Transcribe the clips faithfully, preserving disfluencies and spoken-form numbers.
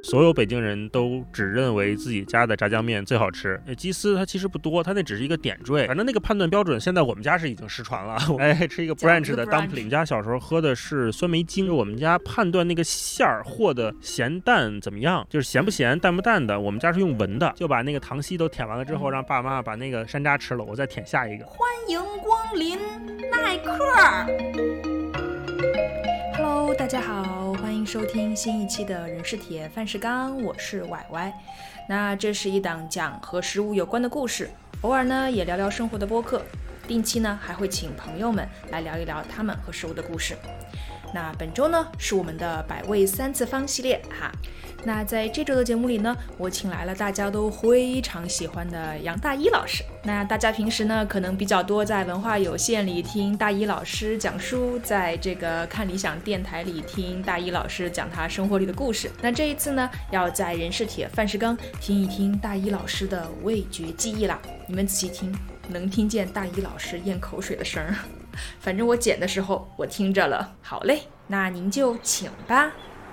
所有北京人都只认为自己家的炸酱面最好吃。鸡丝它其实不多，它那只是一个点缀，反正那个判断标准现在我们家是已经失传了。哎，吃一个 branch 的 dumpling， 我们家小时候喝的是酸梅精，我们家判断那个馅儿和的咸淡怎么样，就是咸不咸淡不淡的，我们家是用闻的，就把那个糖稀都舔完了之后，让爸妈把那个山楂吃了，我再舔下一个。 欢迎光临耐克。Hello， 大家好，欢迎收听新一期的人是铁，饭是钢，我是歪歪。那这是一档讲和食物有关的故事，偶尔呢也聊聊生活的播客，定期呢还会请朋友们来聊一聊他们和食物的故事。那本周呢是我们的百味三次方系列哈。那在这周的节目里呢，我请来了大家都非常喜欢的杨大一老师。那大家平时呢可能比较多在文化有限里听大一老师讲书，在这个看理想电台里听大一老师讲他生活里的故事。那这一次呢，要在人是铁饭是钢听一听大一老师的味觉记忆啦。你们仔细听，能听见大一老师咽口水的声儿。反正我剪的时候我听着了。好嘞，那您就请吧。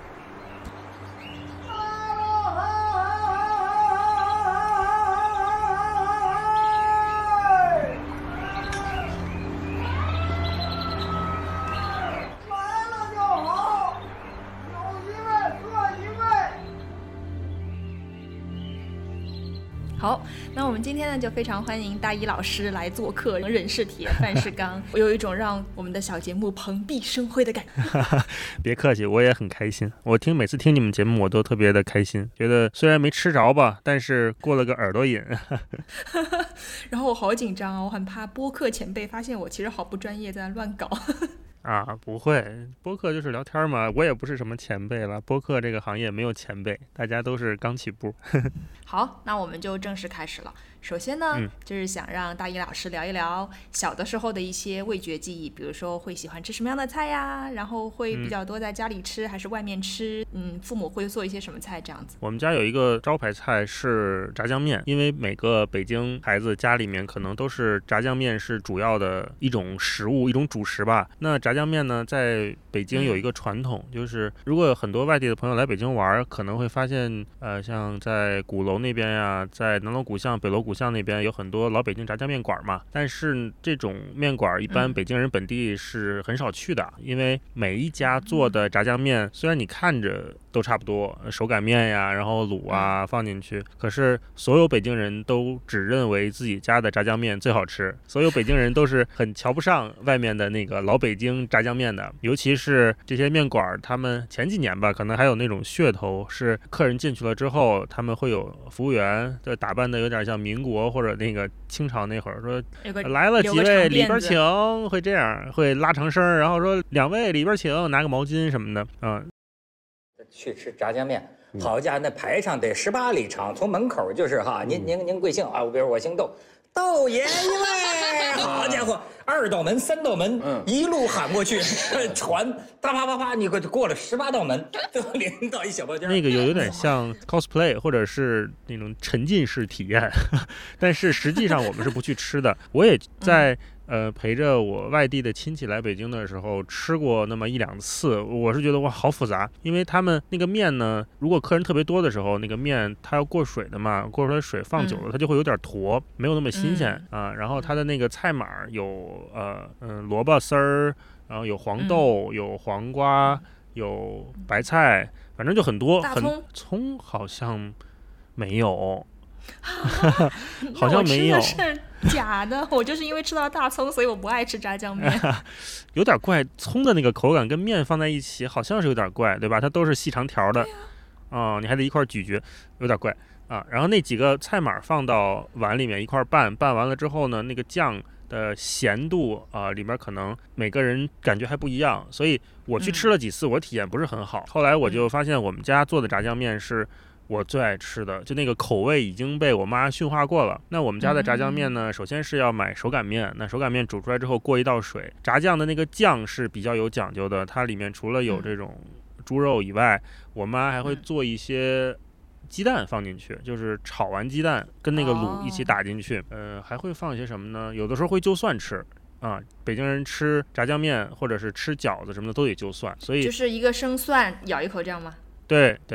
好，那我们今天呢就非常欢迎大一老师来做客人是铁饭是钢，我有一种让我们的小节目蓬荜生辉的感觉。 别客气，我也很开心。我听每次听你们节目我都特别的开心，觉得虽然没吃着吧，但是过了个耳朵瘾。 然后我好紧张啊，我很怕播客前辈发现我其实好不专业，在乱搞。 啊，不会，播客就是聊天嘛，我也不是什么前辈了，播客这个行业没有前辈，大家都是刚起步。 好，那我们就正式开始了。首先呢、嗯、就是想让大一老师聊一聊小的时候的一些味觉记忆，比如说会喜欢吃什么样的菜呀，然后会比较多在家里吃、嗯、还是外面吃，嗯，父母会做一些什么菜这样子。 我们家有一个招牌菜是炸酱面，因为每个北京孩子家里面可能都是炸酱面是主要的一种食物，一种主食吧。那炸酱面呢在北京有一个传统、嗯、就是如果有很多外地的朋友来北京玩，可能会发现呃，像在鼓楼那边呀，在南锣鼓巷北锣鼓巷那边有很多老北京炸酱面馆嘛，但是这种面馆一般北京人本地是很少去的、嗯、因为每一家做的炸酱面虽然你看着都差不多，手擀面呀，然后卤啊放进去，可是所有北京人都只认为自己家的炸酱面最好吃，所有北京人都是很瞧不上外面的那个老北京炸酱面的，尤其是这些面馆，他们前几年吧可能还有那种噱头，是客人进去了之后他们会有服务员就打扮的有点像民国或者那个清朝那会儿，说来了几位里边请，会这样，会拉长声，然后说两位里边请，拿个毛巾什么的。嗯， 去吃炸酱面，好家伙，那排场得十八里长，从门口就是哈，您您您贵姓啊？我比如我姓窦，窦爷爷喂，好家伙，二道门三道门、嗯、一路喊过去，传啪啪啪啪，你过过了十八道门，都领到一小包间。 那个有有点像 cosplay 或者是那种沉浸式体验，但是实际上我们是不去吃的。我也在、嗯、呃陪着我外地的亲戚来北京的时候吃过那么一两次，我是觉得哇好复杂，因为他们那个面呢，如果客人特别多的时候，那个面它要过水的嘛，过出来水放久了、嗯、它就会有点坨，没有那么新鲜、嗯、啊。然后它的那个菜码有呃嗯萝卜丝儿，然后有黄豆、嗯、有黄瓜，有白菜，反正就很多。 大葱很葱好像没有，好像没有。 假的，我就是因为吃到大葱，所以我不爱吃炸酱面。 有点怪，葱的那个口感跟面放在一起，好像是有点怪，对吧？它都是细长条的，啊、哦，你还得一块咀嚼，有点怪啊。然后那几个菜码放到碗里面一块拌，拌完了之后呢，那个酱的咸度啊、呃，里面可能每个人感觉还不一样，所以我去吃了几次，我体验不是很好。嗯、后来我就发现我们家做的炸酱面是我最爱吃的，就那个口味已经被我妈驯化过了。那我们家的炸酱面呢，首先是要买手擀面，那手擀面煮出来之后过一道水，炸酱的那个酱是比较有讲究的，它里面除了有这种猪肉以外，我妈还会做一些鸡蛋放进去，就是炒完鸡蛋跟那个卤一起打进去，呃，还会放一些什么呢？有的时候会揪蒜吃。啊，北京人吃炸酱面或者是吃饺子什么的都得揪蒜，所以就是一个生蒜咬一口这样吗？ 对对，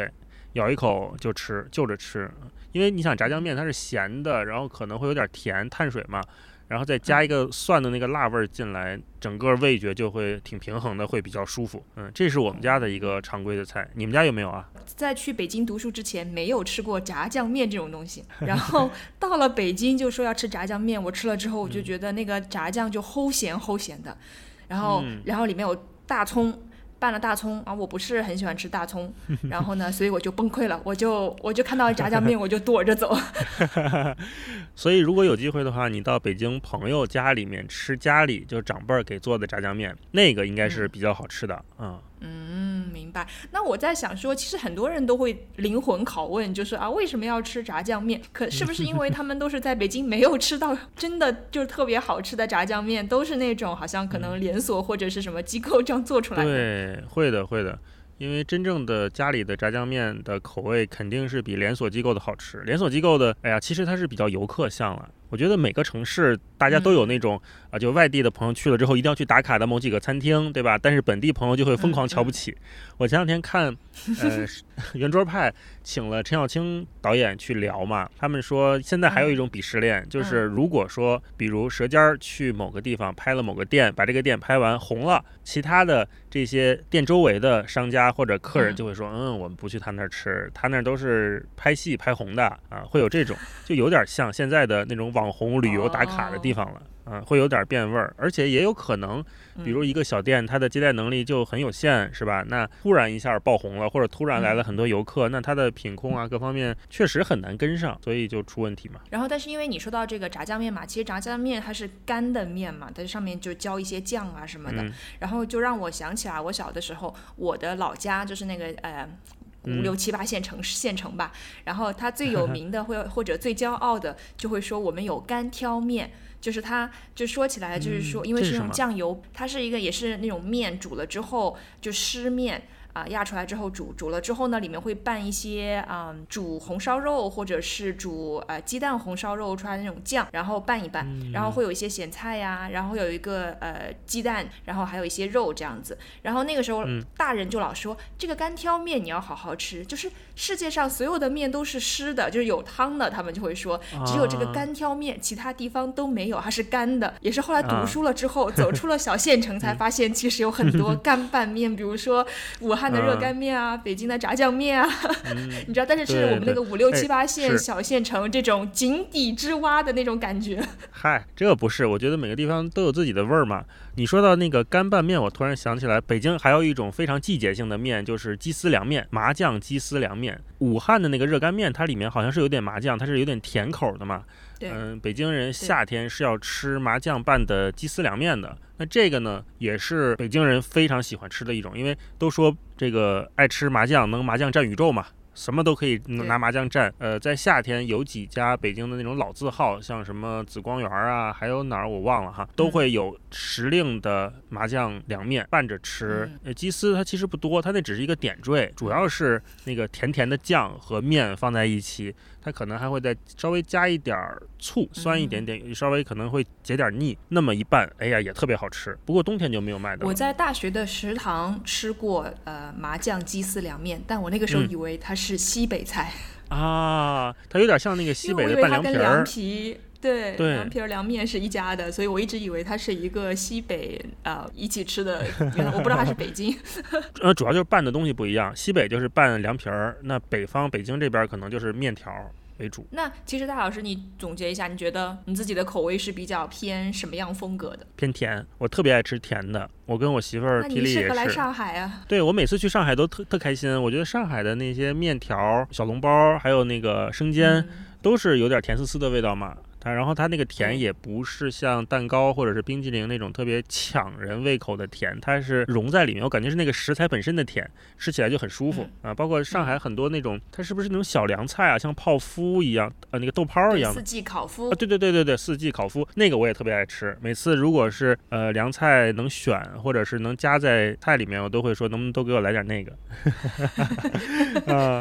咬一口就吃，就着吃。因为你想炸酱面它是咸的，然后可能会有点甜，碳水嘛，然后再加一个蒜的那个辣味进来，整个味觉就会挺平衡的，会比较舒服。嗯，这是我们家的一个常规的菜，你们家有没有啊？ 在去北京读书之前没有吃过炸酱面这种东西，然后到了北京就说要吃炸酱面，我吃了之后我就觉得那个炸酱就齁咸齁咸的，然后、嗯、然后里面有大葱，拌了大葱啊，我不是很喜欢吃大葱，然后呢，所以我就崩溃了，我就我就看到炸酱面我就躲着走。 所以如果有机会的话，你到北京朋友家里面吃家里就长辈儿给做的炸酱面，那个应该是比较好吃的。嗯嗯，明白。那我在想说，其实很多人都会灵魂拷问，就是啊，为什么要吃炸酱面？可是不是因为他们都是在北京没有吃到真的就是特别好吃的炸酱面，都是那种好像可能连锁或者是什么机构这样做出来的？ 对，会的，会的。因为真正的家里的炸酱面的口味肯定是比连锁机构的好吃。连锁机构的，哎呀，其实它是比较游客向了。我觉得每个城市大家都有那种、嗯、啊，就外地的朋友去了之后一定要去打卡的某几个餐厅，对吧？但是本地朋友就会疯狂瞧不起。嗯嗯、我前两天看，呃，圆桌派请了陈小青导演去聊嘛，他们说现在还有一种鄙视链，嗯、就是如果说，比如舌尖去某个地方拍了某个店，把这个店拍完红了，其他的这些店周围的商家或者客人就会说，嗯, 嗯，我们不去他那儿吃，他那儿都是拍戏拍红的啊，会有这种，就有点像现在的那种网红旅游打卡的地方了。嗯，会有点变味儿，而且也有可能，比如一个小店，它的接待能力就很有限，是吧？那突然一下爆红了，或者突然来了很多游客，那它的品控啊各方面确实很难跟上，所以就出问题嘛。 然后，但是因为你说到这个炸酱面嘛，其实炸酱面它是干的面嘛，它上面就浇一些酱啊什么的，嗯、然后就让我想起来我小的时候，我的老家就是那个呃。五六七八线城市县城吧，然后它最有名的或或者最骄傲的就会说我们有干挑面，就是它就说起来就是说，因为是用酱油，它是一个也是那种面煮了之后就湿面。啊，压出来之后煮煮了之后呢，里面会拌一些嗯煮红烧肉或者是煮呃鸡蛋红烧肉出来的那种酱，然后拌一拌，嗯、然后会有一些咸菜呀，然后有一个呃鸡蛋，然后还有一些肉这样子。然后那个时候、嗯、大人就老说这个干挑面你要好好吃，就是世界上所有的面都是湿的，就是有汤的，他们就会说只有这个干挑面，啊、其他地方都没有，它是干的。也是后来读书了之后，啊、走出了小县城才发现，其实有很多干拌面，比如说武汉的热干面啊，嗯、北京的炸酱面啊，嗯、你知道，但是是我们那个五六七八线小县城这种井底之蛙的那种感觉。 嗨，这个不是，我觉得每个地方都有自己的味儿嘛。你说到那个干拌面，我突然想起来，北京还有一种非常季节性的面，就是鸡丝凉面，麻酱鸡丝凉面。武汉的那个热干面，它里面好像是有点麻酱，它是有点甜口的嘛。嗯，北京人夏天是要吃麻酱拌的鸡丝凉面的。那这个呢，也是北京人非常喜欢吃的一种，因为都说这个爱吃麻酱能麻酱占宇宙嘛。什么都可以拿麻酱蘸。呃，在夏天有几家北京的那种老字号，像什么紫光园啊，还有哪儿我忘了哈，都会有时令的麻酱凉面拌着吃。呃，鸡丝它其实不多，它那只是一个点缀，主要是那个甜甜的酱和面放在一起。它可能还会再稍微加一点醋，酸一点点，嗯、稍微可能会解点腻，那么一拌，哎呀，也特别好吃。不过冬天就没有卖的了。 我在大学的食堂吃过呃麻酱鸡丝凉面，但我那个时候以为它是西北菜、 嗯、啊，它有点像那个西北的拌凉皮儿。 因为我以为它跟凉皮对, 对凉皮儿凉面是一家的，所以我一直以为它是一个西北呃一起吃的，我不知道它是北京。 呃，主要就是拌的东西不一样，西北就是拌凉皮儿，那北方北京这边可能就是面条为主。 那其实大老师，你总结一下，你觉得你自己的口味是比较偏什么样风格的？ 偏甜，我特别爱吃甜的。我跟我媳妇儿霹雳也是。那你适合来上海啊？ 对，我每次去上海都特特开心。我觉得上海的那些面条、小笼包，还有那个生煎，嗯、都是有点甜丝丝的味道嘛。它然后它那个甜也不是像蛋糕或者是冰激凌那种特别抢人胃口的甜，它是融在里面，我感觉是那个食材本身的甜，吃起来就很舒服、嗯、啊。包括上海很多那种，它是不是那种小凉菜啊，像泡芙一样，呃，那个豆泡一样的四季烤麸啊，对对对对对，四季烤麸那个我也特别爱吃。每次如果是呃凉菜能选或者是能加在菜里面，我都会说能不能都给我来点那个。啊。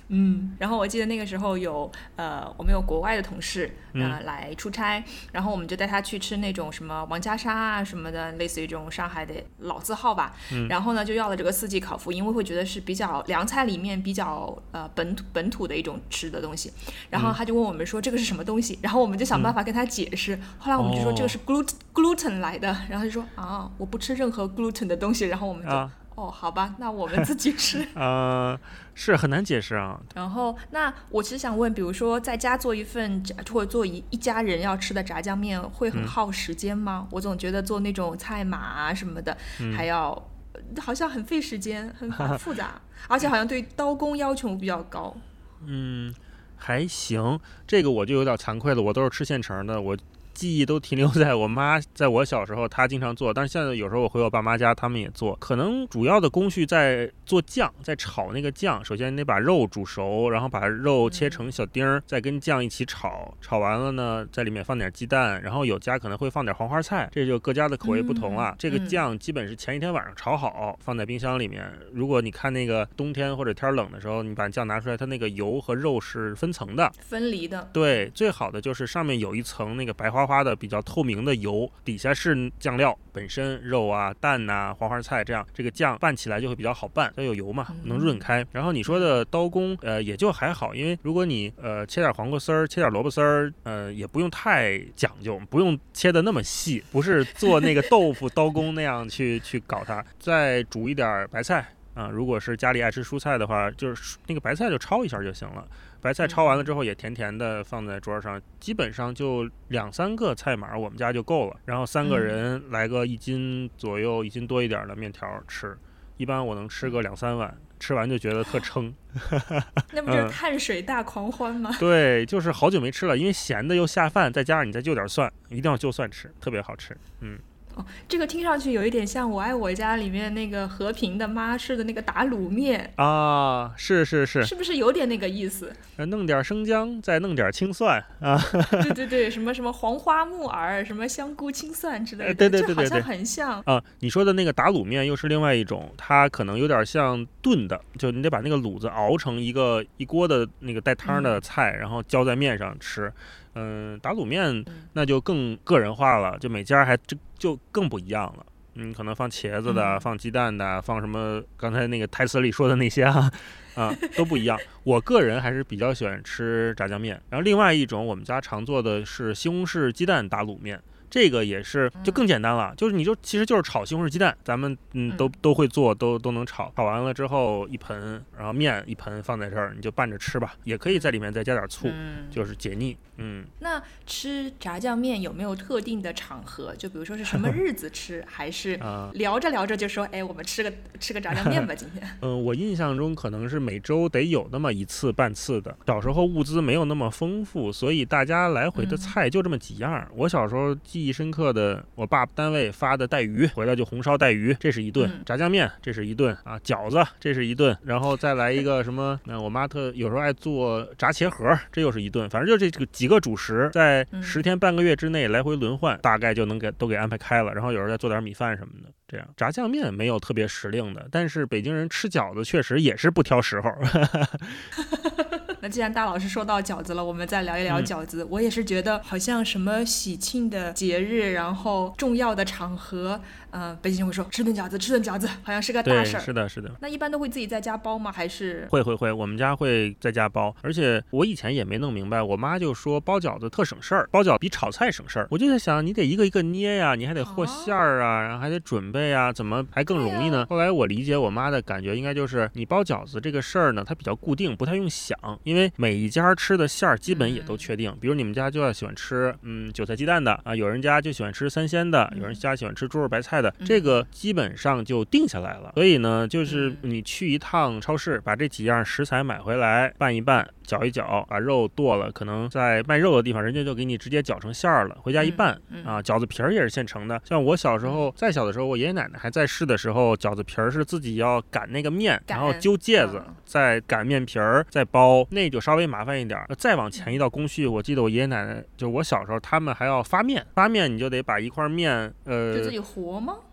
嗯，然后我记得那个时候有呃，我们有国外的同事呃、嗯、来出差，然后我们就带他去吃那种什么王家沙啊什么的，类似于这种上海的老字号吧。嗯、然后呢，就要了这个四季烤麸，因为会觉得是比较凉菜里面比较呃本土本土的一种吃的东西。然后他就问我们说这个是什么东西，然后我们就想办法跟他解释。嗯、后来我们就说这个是 gluten、哦、gluten 来的，然后他就说啊，我不吃任何 gluten 的东西，然后我们就。啊哦，好吧，那我们自己吃。 呃，是很难解释啊。 然后，那我其实想问，比如说在家做一份或者做一一家人要吃的炸酱面，会很耗时间吗？嗯、我总觉得做那种菜码啊什么的，嗯、还要好像很费时间，很复杂，而且好像对刀工要求比较高。 嗯，还行，这个我就有点惭愧了，我都是吃现成的，我。记忆都停留在我妈在我小时候她经常做，但是现在有时候我回我爸妈家他们也做，可能主要的工序在做酱，在炒那个酱。首先你得把肉煮熟，然后把肉切成小丁儿，再跟酱一起炒，炒完了呢在里面放点鸡蛋，然后有家可能会放点黄花菜，这就各家的口味不同了。嗯、这个酱基本是前一天晚上炒好放在冰箱里面，如果你看那个冬天或者天冷的时候，你把酱拿出来，它那个油和肉是分层的， 分离的。 对，最好的就是上面有一层那个白花花的比较透明的油，底下是酱料本身，肉啊蛋啊黄花菜，这样这个酱拌起来就会比较好拌，它有油嘛，能润开。然后你说的刀工呃也就还好，因为如果你呃切点黄瓜丝儿切点萝卜丝儿呃也不用太讲究，不用切的那么细，不是做那个豆腐刀工那样去去搞它。再煮一点白菜啊、呃，如果是家里爱吃蔬菜的话，就是那个白菜就焯一下就行了。白菜焯完了之后也甜甜的放在桌上，基本上就两三个菜码我们家就够了，然后三个人来个一斤左右一斤多一点的面条吃，一般我能吃个两三碗，吃完就觉得特撑。 那不就是碳水大狂欢吗？ 嗯、对，就是好久没吃了，因为咸的又下饭，再加上你再就点蒜，一定要就蒜吃，特别好吃。嗯。 哦，这个听上去有一点像我爱我家里面那个和平的妈吃的那个打卤面啊，是是是， 是不是有点那个意思？ 弄点生姜，再弄点青蒜啊， 对对对，什么什么黄花木耳，什么香菇青蒜之类的， 对对对对对， 好像很像啊。你说的那个打卤面又是另外一种，它可能有点像炖的，就你得把那个卤子熬成一个一锅的那个带汤的菜，嗯、然后浇在面上吃。嗯，打卤面那就更个人化了，就每家还就就更不一样了。嗯，可能放茄子的，嗯、放鸡蛋的，放什么刚才那个台词里说的那些啊，啊都不一样。我个人还是比较喜欢吃炸酱面，然后另外一种我们家常做的是西红柿鸡蛋打卤面。这个也是就更简单了，就是你就其实就是炒西红柿鸡蛋，咱们嗯都都会做，都都能炒。炒完了之后一盆，然后面一盆放在这儿，你就拌着吃吧。也可以在里面再加点醋，嗯、就是解腻。嗯。 那吃炸酱面有没有特定的场合？就比如说是什么日子吃，还是聊着聊着就说，哎，我们吃个吃个炸酱面吧，今天。 嗯，我印象中可能是每周得有那么一次半次的。小时候物资没有那么丰富，所以大家来回的菜就这么几样。嗯、我小时候记忆深刻的，我爸单位发的带鱼，回来就红烧带鱼，这是一顿；嗯、炸酱面，这是一顿啊；饺子，这是一顿，然后再来一个什么？那、呃、我妈特有时候爱做炸茄盒，这又是一顿。反正就这个几个主食，在十天半个月之内来回轮换，大概就能给都给安排开了。然后有时候再做点米饭什么的。这样炸酱面没有特别时令的，但是北京人吃饺子确实也是不挑时候。 那既然大老师说到饺子了，我们再聊一聊饺子。嗯、我也是觉得好像什么喜庆的节日，然后重要的场合，嗯、呃，北京人会说吃顿饺子，吃顿饺子，好像是个大事儿。 是的，是的。 那一般都会自己在家包吗？还是会会会，我们家会在家包。而且我以前也没弄明白，我妈就说包饺子特省事儿，包饺子比炒菜省事儿。我就在想，你得一个一个捏呀，你还得和馅儿啊，然后还得准备。对呀、啊，怎么还更容易呢？后来我理解我妈的感觉，应该就是你包饺子这个事儿呢，它比较固定，不太用想，因为每一家吃的馅儿基本也都确定。比如你们家就要喜欢吃嗯韭菜鸡蛋的啊，有人家就喜欢吃三鲜的，有人家喜欢吃猪肉白菜的，这个基本上就定下来了。所以呢，就是你去一趟超市，把这几样食材买回来拌一拌。搅一搅，把肉剁了，可能在卖肉的地方，人家就给你直接搅成馅儿了，回家一拌、嗯嗯、啊，饺子皮儿也是现成的。像我小时候，再小的时候，我爷爷奶奶还在世的时候，饺子皮儿是自己要擀那个面，然后揪芥子，嗯、再擀面皮儿，再包，那就稍微麻烦一点。再往前一道工序，我记得我爷爷奶奶，就我小时候，他们还要发面，发面你就得把一块面，呃， 就自己和吗？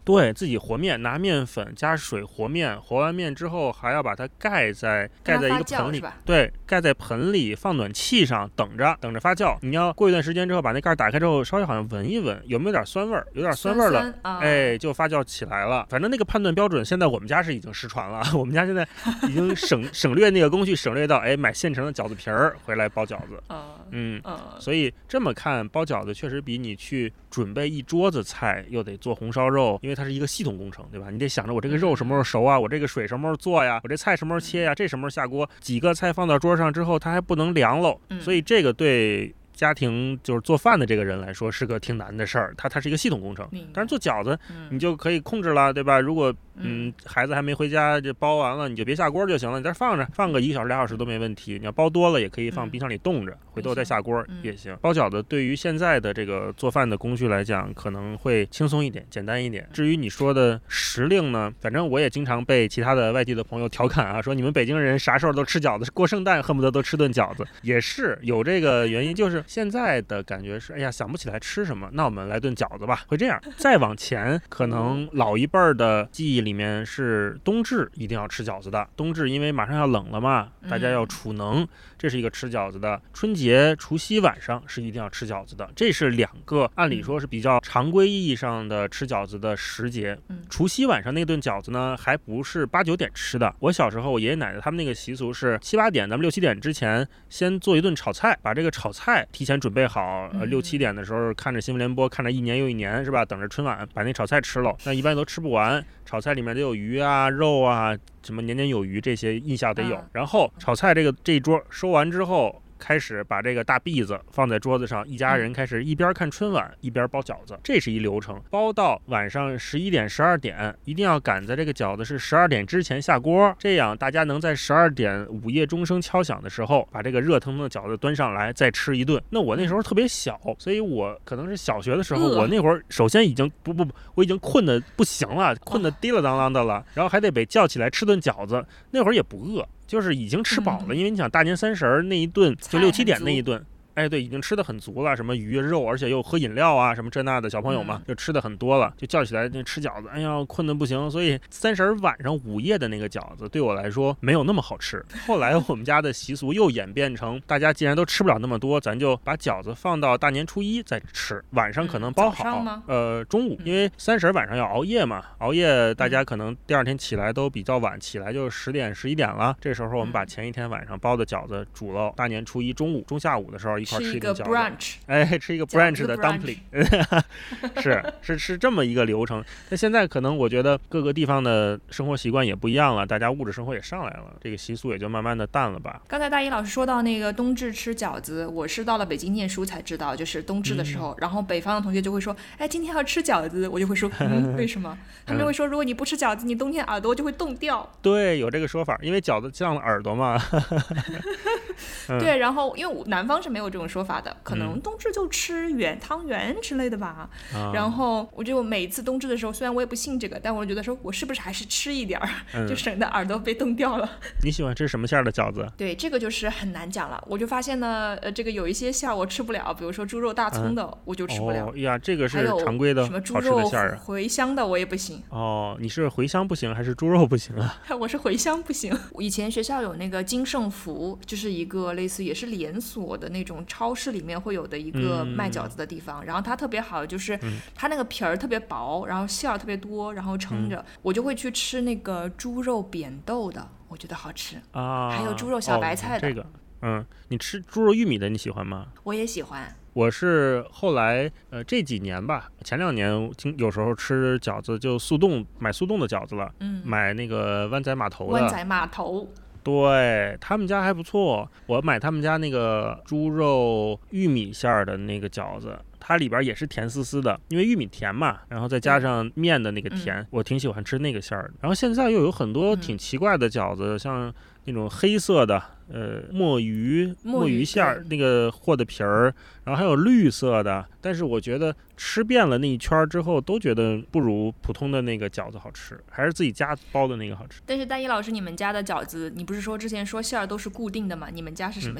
对，自己和面，拿面粉加水和面，和完面之后还要把它盖在盖在一个盆里，对，盖在盆里放暖气上，等着等着发酵。你要过一段时间之后把那盖打开之后，稍微好像闻一闻，有没有点酸味儿？有点酸味儿了， 酸酸、啊， 哎，就发酵起来了。反正那个判断标准，现在我们家是已经失传了。我们家现在已经省省略那个工序，省略到哎买现成的饺子皮儿回来包饺子。嗯嗯，所以这么看，包饺子确实比你去准备一桌子菜，又得做红烧肉，因为它是一个系统工程，对吧？你得想着我这个肉什么时候熟啊，我这个水什么时候做呀，我这菜什么时候切呀，这什么时候下锅，几个菜放到桌上之后，它还不能凉喽。所以这个对家庭就是做饭的这个人来说是个挺难的事儿，它它是一个系统工程。但是做饺子你就可以控制了，对吧？如果嗯孩子还没回家，这包完了你就别下锅就行了，你在这放着，放个一个小时俩小时都没问题。你要包多了也可以放冰箱里冻着，回头再下锅也行。包饺子对于现在的这个做饭的工序来讲，可能会轻松一点，简单一点。至于你说的时令呢，反正我也经常被其他的外地的朋友调侃啊，说你们北京人啥时候都吃饺子，过圣诞恨不得都吃顿饺子，也是有这个原因，就是现在的感觉是，哎呀，想不起来吃什么，那我们来顿饺子吧，会这样。再往前，可能老一辈儿的记忆里面是冬至一定要吃饺子的，冬至因为马上要冷了嘛，大家要储能，这是一个吃饺子的。春节除夕晚上是一定要吃饺子的，这是两个按理说是比较常规意义上的吃饺子的时节。除夕晚上那顿饺子呢，还不是八九点吃的。我小时候，我爷爷奶奶他们那个习俗是七八点，咱们六七点之前先做一顿炒菜，把这个炒菜提前准备好，呃，六七点的时候看着新闻联播，看着一年又一年，是吧？等着春晚把那炒菜吃了，那一般都吃不完。炒菜里面得有鱼啊、肉啊，什么年年有余这些印象得有。然后炒菜这个这一桌收完之后，开始把这个大篦子放在桌子上，一家人开始一边看春晚一边包饺子，这是一流程。包到晚上十一点、十二点，一定要赶在这个饺子是十二点之前下锅，这样大家能在十二点午夜钟声敲响的时候，把这个热腾腾的饺子端上来，再吃一顿。那我那时候特别小，所以我可能是小学的时候，我那会儿首先已经不不不，我已经困得不行了，困得滴了当啷的了，然后还得被叫起来吃顿饺子。那会儿也不饿，就是已经吃饱了，因为你想大年三十那一顿就六七点那一顿，哎，对，已经吃得很足了，什么鱼肉，而且又喝饮料啊，什么这那的，小朋友嘛，就吃得很多了，就叫起来就吃饺子，哎呀，困得不行。所以三十晚上午夜的那个饺子对我来说没有那么好吃。后来我们家的习俗又演变成，大家既然都吃不了那么多，咱就把饺子放到大年初一再吃，晚上可能包好，嗯、呃，中午，因为三十晚上要熬夜嘛，熬夜大家可能第二天起来都比较晚，起来就十点十一点了，这时候我们把前一天晚上包的饺子煮了，大年初一中午中下午的时候一块吃一个 brunch， 哎，吃一个 brunch 的 dumpling， 是是是这么一个流程。那现在可能我觉得各个地方的生活习惯也不一样了，大家物质生活也上来了，这个习俗也就慢慢的淡了吧。 刚才大一老师说到那个冬至吃饺子，我是到了北京念书才知道，就是冬至的时候，嗯、然后北方的同学就会说，哎，今天要吃饺子，我就会说，嗯，为什么？他们会说，如果你不吃饺子，你冬天耳朵就会冻掉。 对，有这个说法，因为饺子降了耳朵嘛。 嗯、对，然后因为南方是没有这种说法的，可能冬至就吃圆汤圆之类的吧。嗯、然后我就每次冬至的时候，虽然我也不信这个，但我觉得说我是不是还是吃一点儿，嗯、就省得耳朵被冻掉了。 你喜欢吃什么馅的饺子？ 对，这个就是很难讲了。我就发现呢，呃，这个有一些馅我吃不了，比如说猪肉大葱的，嗯、我就吃不了。 哦呀，这个是常规的好吃的馅儿啊。什么猪肉茴香的我也不行。 哦，你是茴香不行还是猪肉不行啊？ 我是茴香不行。以前学校有那个金盛福，就是一个类似也是连锁的那种超市里面会有的一个卖饺子的地方，嗯、然后它特别好，就是它那个皮儿特别薄，然后馅儿特别多，然后撑着，嗯、我就会去吃那个猪肉扁豆的，我觉得好吃啊，还有猪肉小白菜的。 哦、这个，嗯，你吃猪肉玉米的你喜欢吗？ 我也喜欢。 我是后来呃这几年吧，前两年有时候吃饺子就速冻，买速冻的饺子了，嗯，买那个湾仔码头的。 湾仔码头。 对，他们家还不错，我买他们家那个猪肉玉米馅儿的那个饺子，它里边也是甜丝丝的，因为玉米甜嘛，然后再加上面的那个甜，嗯、我挺喜欢吃那个馅儿的。然后现在又有很多挺奇怪的饺子，嗯、像那种黑色的，呃，墨鱼墨鱼馅儿那个和的皮儿，然后还有绿色的，但是我觉得吃遍了那一圈之后，都觉得不如普通的那个饺子好吃，还是自己家包的那个好吃。 但是大一老师，你们家的饺子，你不是说之前说馅儿都是固定的吗？你们家是什么馅儿？嗯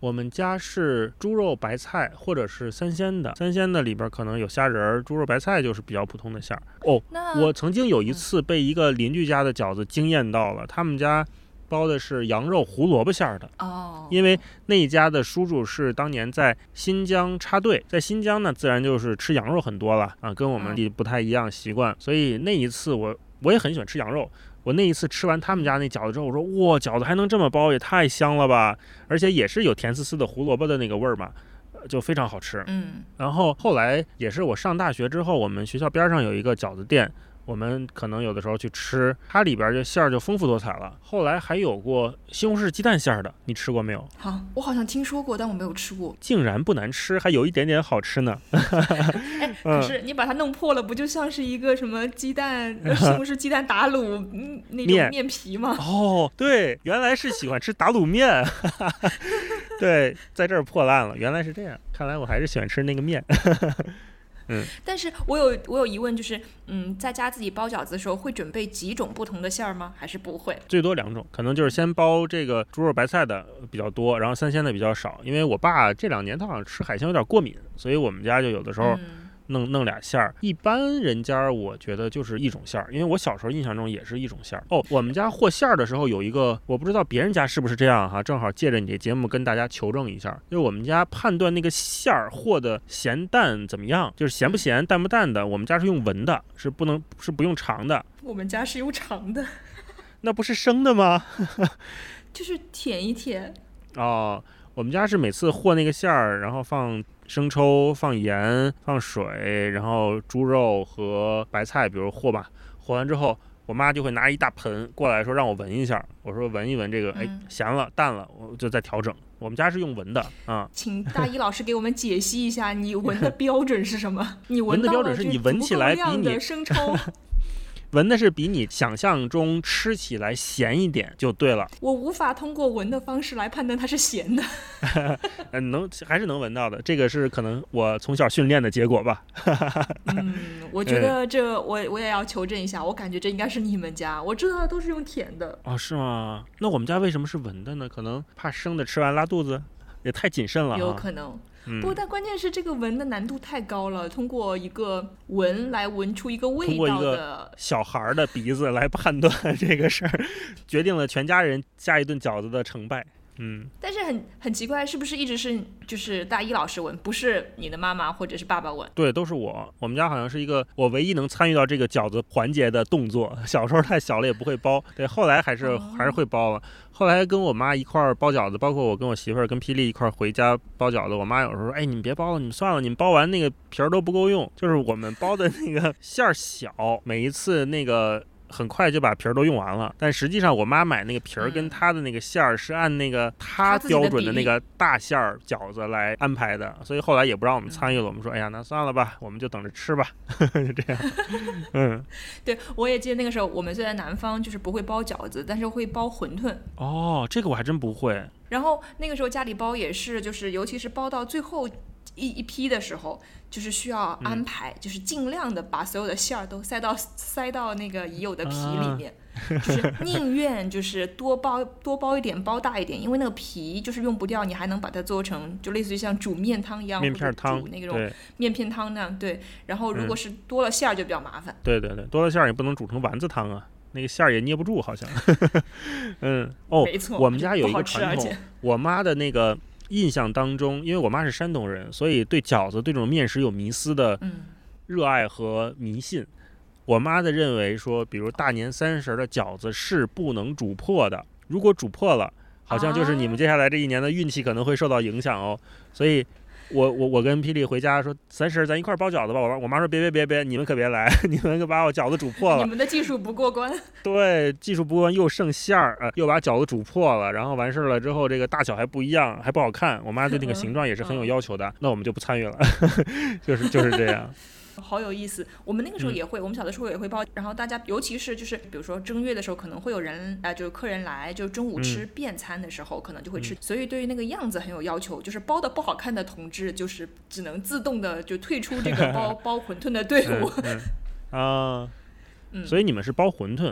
我们家是猪肉白菜或者是三鲜的，三鲜的里边可能有虾仁，猪肉白菜就是比较普通的馅儿。哦，我曾经有一次被一个邻居家的饺子惊艳到了，他们家包的是羊肉胡萝卜馅儿的哦， 因为那一家的叔叔是当年在新疆插队，在新疆呢自然就是吃羊肉很多了啊，跟我们地不太一样习惯，所以那一次我我也很喜欢吃羊肉。我那一次吃完他们家那饺子之后，我说哇，饺子还能这么包，也太香了吧！而且也是有甜丝丝的胡萝卜的那个味儿嘛，就非常好吃。 嗯， 然后后来也是我上大学之后，我们学校边上有一个饺子店。我们可能有的时候去吃，它里边就馅儿就丰富多彩了。后来还有过西红柿鸡蛋馅儿的，你吃过没有？ 好，我好像听说过，但我没有吃过。 竟然不难吃，还有一点点好吃呢。 哎，可是你把它弄破了，不就像是一个什么鸡蛋西红柿鸡蛋打卤嗯那种面皮吗？ 哦，对，原来是喜欢吃打卤面。对，在这儿破烂了，原来是这样。看来我还是喜欢吃那个面。嗯， 但是我有我有疑问，就是嗯，在家自己包饺子的时候，会准备几种不同的馅儿吗？还是不会？ 最多两种，可能就是先包这个猪肉白菜的比较多，然后三鲜的比较少。因为我爸这两年他好像吃海鲜有点过敏，所以我们家就有的时候、嗯弄弄俩馅儿，一般人家我觉得就是一种馅儿，因为我小时候印象中也是一种馅儿。哦，我们家和馅儿的时候有一个，我不知道别人家是不是这样哈，正好借着你这节目跟大家求证一下，就是我们家判断那个馅儿和的咸淡怎么样，就是咸不咸淡不淡的，我们家是用闻的，是不能是不用尝的。 我们家是用尝的。 那不是生的吗？ 就是舔一舔。 哦，我们家是每次和那个馅儿，然后放生抽、放盐、放水，然后猪肉和白菜，比如和吧，和完之后，我妈就会拿一大盆过来说让我闻一下，我说闻一闻这个，哎，咸了、淡了，我就再调整。我们家是用闻的啊。 请大一老师给我们解析一下，你闻的标准是什么？你闻的标准是你闻起来比你生抽。 闻的是比你想象中吃起来咸一点就对了。 我无法通过闻的方式来判断它是咸的。 嗯，能还是能闻到的，这个是可能我从小训练的结果吧。 嗯，我觉得这我我也要求证一下，我感觉这应该是你们家，我知道的都是用舔的。 哦，是吗？那我们家为什么是闻的呢？可能怕生的吃完拉肚子，也太谨慎了。 有可能。不，但关键是这个闻的难度太高了，通过一个闻来闻出一个味道的， 通过一个小孩的鼻子来判断这个事儿，决定了全家人下一顿饺子的成败。嗯， 但是很很奇怪，是不是一直是就是大一老师闻，不是你的妈妈或者是爸爸闻？ 对，都是我。我们家好像是一个我唯一能参与到这个饺子环节的动作。小时候太小了也不会包，对，后来还是、哦、还是会包了。后来跟我妈一块儿包饺子，包括我跟我媳妇儿跟霹雳一块儿回家包饺子，我妈有时候说：“哎，你们别包了，你们算了，你们包完那个皮儿都不够用。”就是我们包的那个馅儿小，每一次那个。很快就把皮儿都用完了，但实际上我妈买那个皮儿跟她的那个馅儿是按那个她标准的那个大馅儿饺子来安排的，所以后来也不让我们参与了。我们说，哎呀，那算了吧，我们就等着吃吧，就这样。嗯， 对，我也记得那个时候，我们虽然南方就是不会包饺子，但是会包馄饨。 哦，这个我还真不会。 然后那个时候家里包也是，就是尤其是包到最后一一批的时候，就是需要安排、嗯、就是尽量的把所有的馅儿都塞到塞到那个已有的皮里面、啊、就是宁愿就是多包多包一点，包大一点，因为那个皮就是用不掉，你还能把它做成就类似于像煮面汤一样， 面片汤， 或者煮那种面片汤那样。对，然后如果是多了馅儿就比较麻烦、 嗯、对对对，多了馅儿也不能煮成丸子汤啊，那个馅儿也捏不住好像。嗯，哦， 没错， 我们家有一个传统，我妈的那个印象当中，因为我妈是山东人，所以对饺子对这种面食有迷思的热爱和迷信、嗯、我妈的认为说，比如大年三十的饺子是不能煮破的，如果煮破了好像就是你们接下来这一年的运气可能会受到影响哦。所以我我我跟霹雳回家说，三十咱一块包饺子吧。我我妈说别别别别，你们可别来，你们可把我饺子煮破了。 你们的技术不过关。 对，技术不过关，又剩馅儿，呃，又把饺子煮破了，然后完事了之后，这个大小还不一样，还不好看。我妈对那个形状也是很有要求的，那我们就不参与了，就是就是这样。 好有意思，我们那个时候也会、嗯、我们小的时候也会包，然后大家尤其是就是比如说正月的时候可能会有人呃就是客人来，就中午吃便餐的时候、嗯、可能就会吃、嗯、所以对于那个样子很有要求，就是包的不好看的同志就是只能自动的就退出这个包包馄饨的队伍。 嗯嗯啊嗯，所以你们是包馄饨？ 对，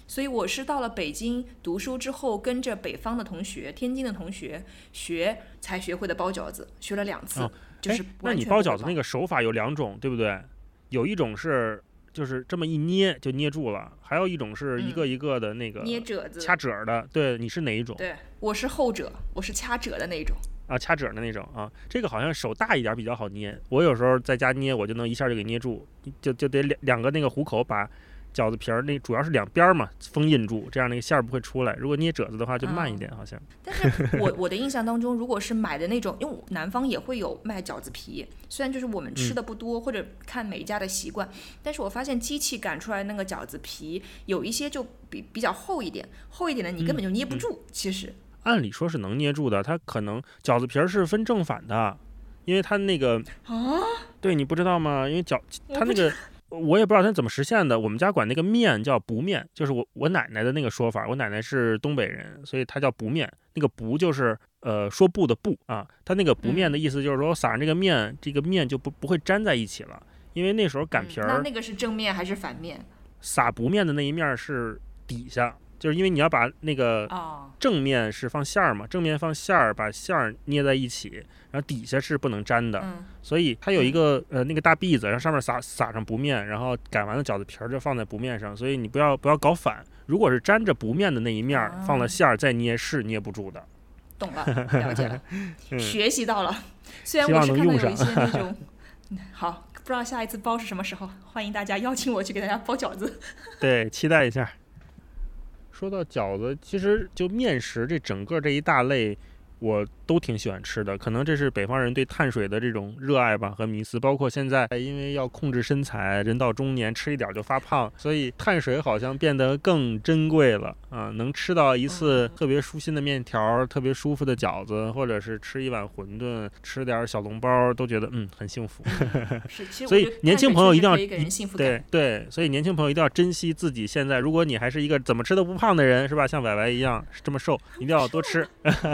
所以我是到了北京读书之后，跟着北方的同学、天津的同学学，才学会的包饺子，学了两次， 哦、 就是那你包饺子那个手法有两种，对不对？有一种是就是这么一捏就捏住了，还有一种是一个一个的那个、 嗯、捏褶子、 掐褶的。对，你是哪一种？ 对，我是后者，我是掐褶的那种。 啊，掐褶的那种啊，这个好像手大一点比较好捏。我有时候在家捏，我就能一下就给捏住，就就得两两个那个虎口把饺子皮儿那主要是两边嘛封印住，这样那个馅儿不会出来。如果捏褶子的话就慢一点，好像。 嗯、但是我我的印象当中，如果是买的那种，因为南方也会有卖饺子皮，虽然就是我们吃的不多，嗯、或者看每一家的习惯，但是我发现机器擀出来那个饺子皮有一些就比比较厚一点，厚一点的你根本就捏不住，嗯、其实。 按理说是能捏住的，它可能饺子皮儿是分正反的，因为它那个啊， 对你不知道吗？因为饺它那个我也不知道它怎么实现的。我们家管那个面叫不面，就是我我奶奶的那个说法。我奶奶是东北人，所以她叫不面。那个不就是呃说不的不啊，它那个不面的意思就是说撒上这个面，嗯、这个面就不不会粘在一起了，因为那时候擀皮儿、 嗯。那那个是正面还是反面？ 撒不面的那一面是底下。就是因为你要把那个正面是放馅儿嘛，正面放馅儿，把馅儿捏在一起，然后底下是不能粘的， 嗯、 所以它有一个呃那个大篦子，然后上面撒撒上不面，然后擀完了饺子皮儿就放在不面上，所以你不要不要搞反。如果是粘着不面的那一面、啊、放了馅儿再捏是捏不住的。 懂了，了解了， 嗯、 学习到了。虽然我是看到有一些那种，好，不知道下一次包是什么时候，欢迎大家邀请我去给大家包饺子。 对，期待一下。说到饺子，其实就面食这整个这一大类我都挺喜欢吃的，可能这是北方人对碳水的这种热爱吧和迷思。包括现在因为要控制身材，人到中年吃一点就发胖，所以碳水好像变得更珍贵了啊！能吃到一次特别舒心的面条，特别舒服的饺子，或者是吃一碗馄饨，吃点小笼包，都觉得嗯很幸福。 是，其实所以年轻朋友一定要对对，所以年轻朋友一定要珍惜自己现在。如果你还是一个怎么吃都不胖的人，是吧？像歪歪一样这么瘦，一定要多吃。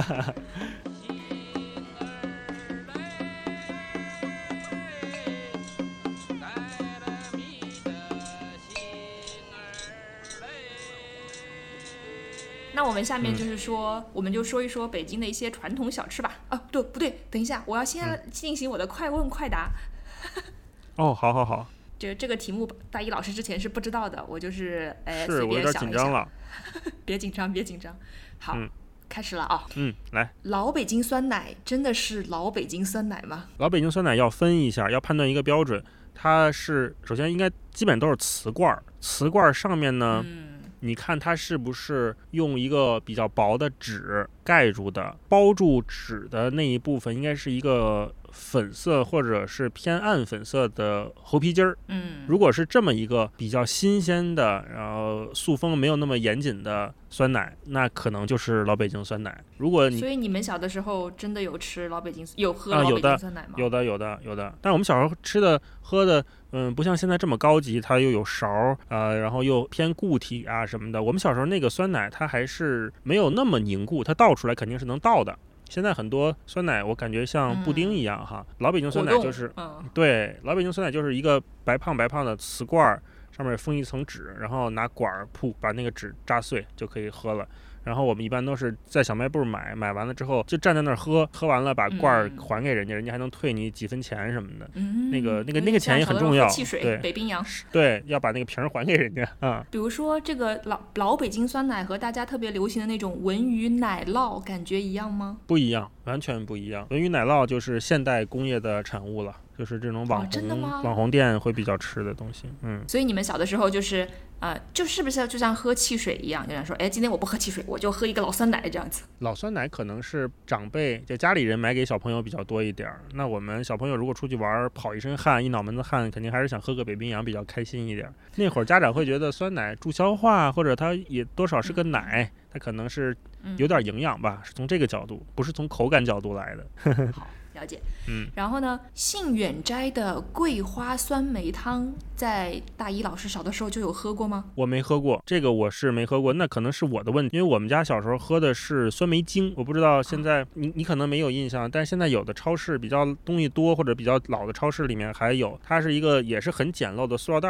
那我们下面就是说、嗯、我们就说一说北京的一些传统小吃吧。啊，对不对？等一下，我要先进行我的快问快答。 嗯、哦，好好好。 这这个题目大一老师之前是不知道的，我就是哎是我有点紧张了。 别紧张，别紧张。好。嗯，开始了啊！ 嗯，来， 老北京酸奶真的是老北京酸奶吗？ 老北京酸奶要分一下，要判断一个标准，它是首先应该基本都是瓷罐，瓷罐上面呢， 嗯， 你看它是不是用一个比较薄的纸盖住的，包住纸的那一部分应该是一个粉色或者是偏暗粉色的猴皮筋儿。 嗯， 如果是这么一个比较新鲜的，然后塑封没有那么严谨的酸奶，那可能就是老北京酸奶。如果你所以你们小的时候真的有吃老北京有喝老北京酸奶吗？ 啊、有的有的有的有的。但是我们小时候吃的喝的，嗯，不像现在这么高级，它又有勺呃，然后又偏固体啊什么的。我们小时候那个酸奶它还是没有那么凝固，它倒出来肯定是能倒的。现在很多酸奶我感觉像布丁一样哈，嗯、老北京酸奶就是、 嗯、 对，老北京酸奶就是一个白胖白胖的瓷罐，上面封一层纸，然后拿管儿噗把那个纸扎碎就可以喝了。然后我们一般都是在小卖部买，买完了之后就站在那儿喝，喝完了把罐儿还给人家，嗯、人家还能退你几分钱什么的。 嗯， 那个那个那个钱也很重要。 汽水， 对， 北冰洋。 对，要把那个瓶还给人家啊。 比如说这个老老北京酸奶和大家特别流行的那种文宇奶酪，感觉一样吗？ 不一样，完全不一样。文宇奶酪就是现代工业的产物了。就是这种网红、 哦、真的吗？ 网红店会比较吃的东西，嗯。 所以你们小的时候就是呃，就是不是就像喝汽水一样，就像说，哎，今天我不喝汽水，我就喝一个老酸奶这样子。 老酸奶可能是长辈就家里人买给小朋友比较多一点，那我们小朋友如果出去玩，跑一身汗，一脑门子汗，肯定还是想喝个北冰洋比较开心一点。那会儿家长会觉得酸奶助消化，或者它也多少是个奶，嗯、它可能是有点营养吧，是从这个角度，不是从口感角度来的。 好。了解， 嗯， 然后呢，杏远斋的桂花酸梅汤，在大一老师小的时候就有喝过吗？ 我没喝过，这个我是没喝过，那可能是我的问题，因为我们家小时候喝的是酸梅精，我不知道现在、啊、你你可能没有印象，但是现在有的超市比较东西多或者比较老的超市里面还有，它是一个也是很简陋的塑料袋，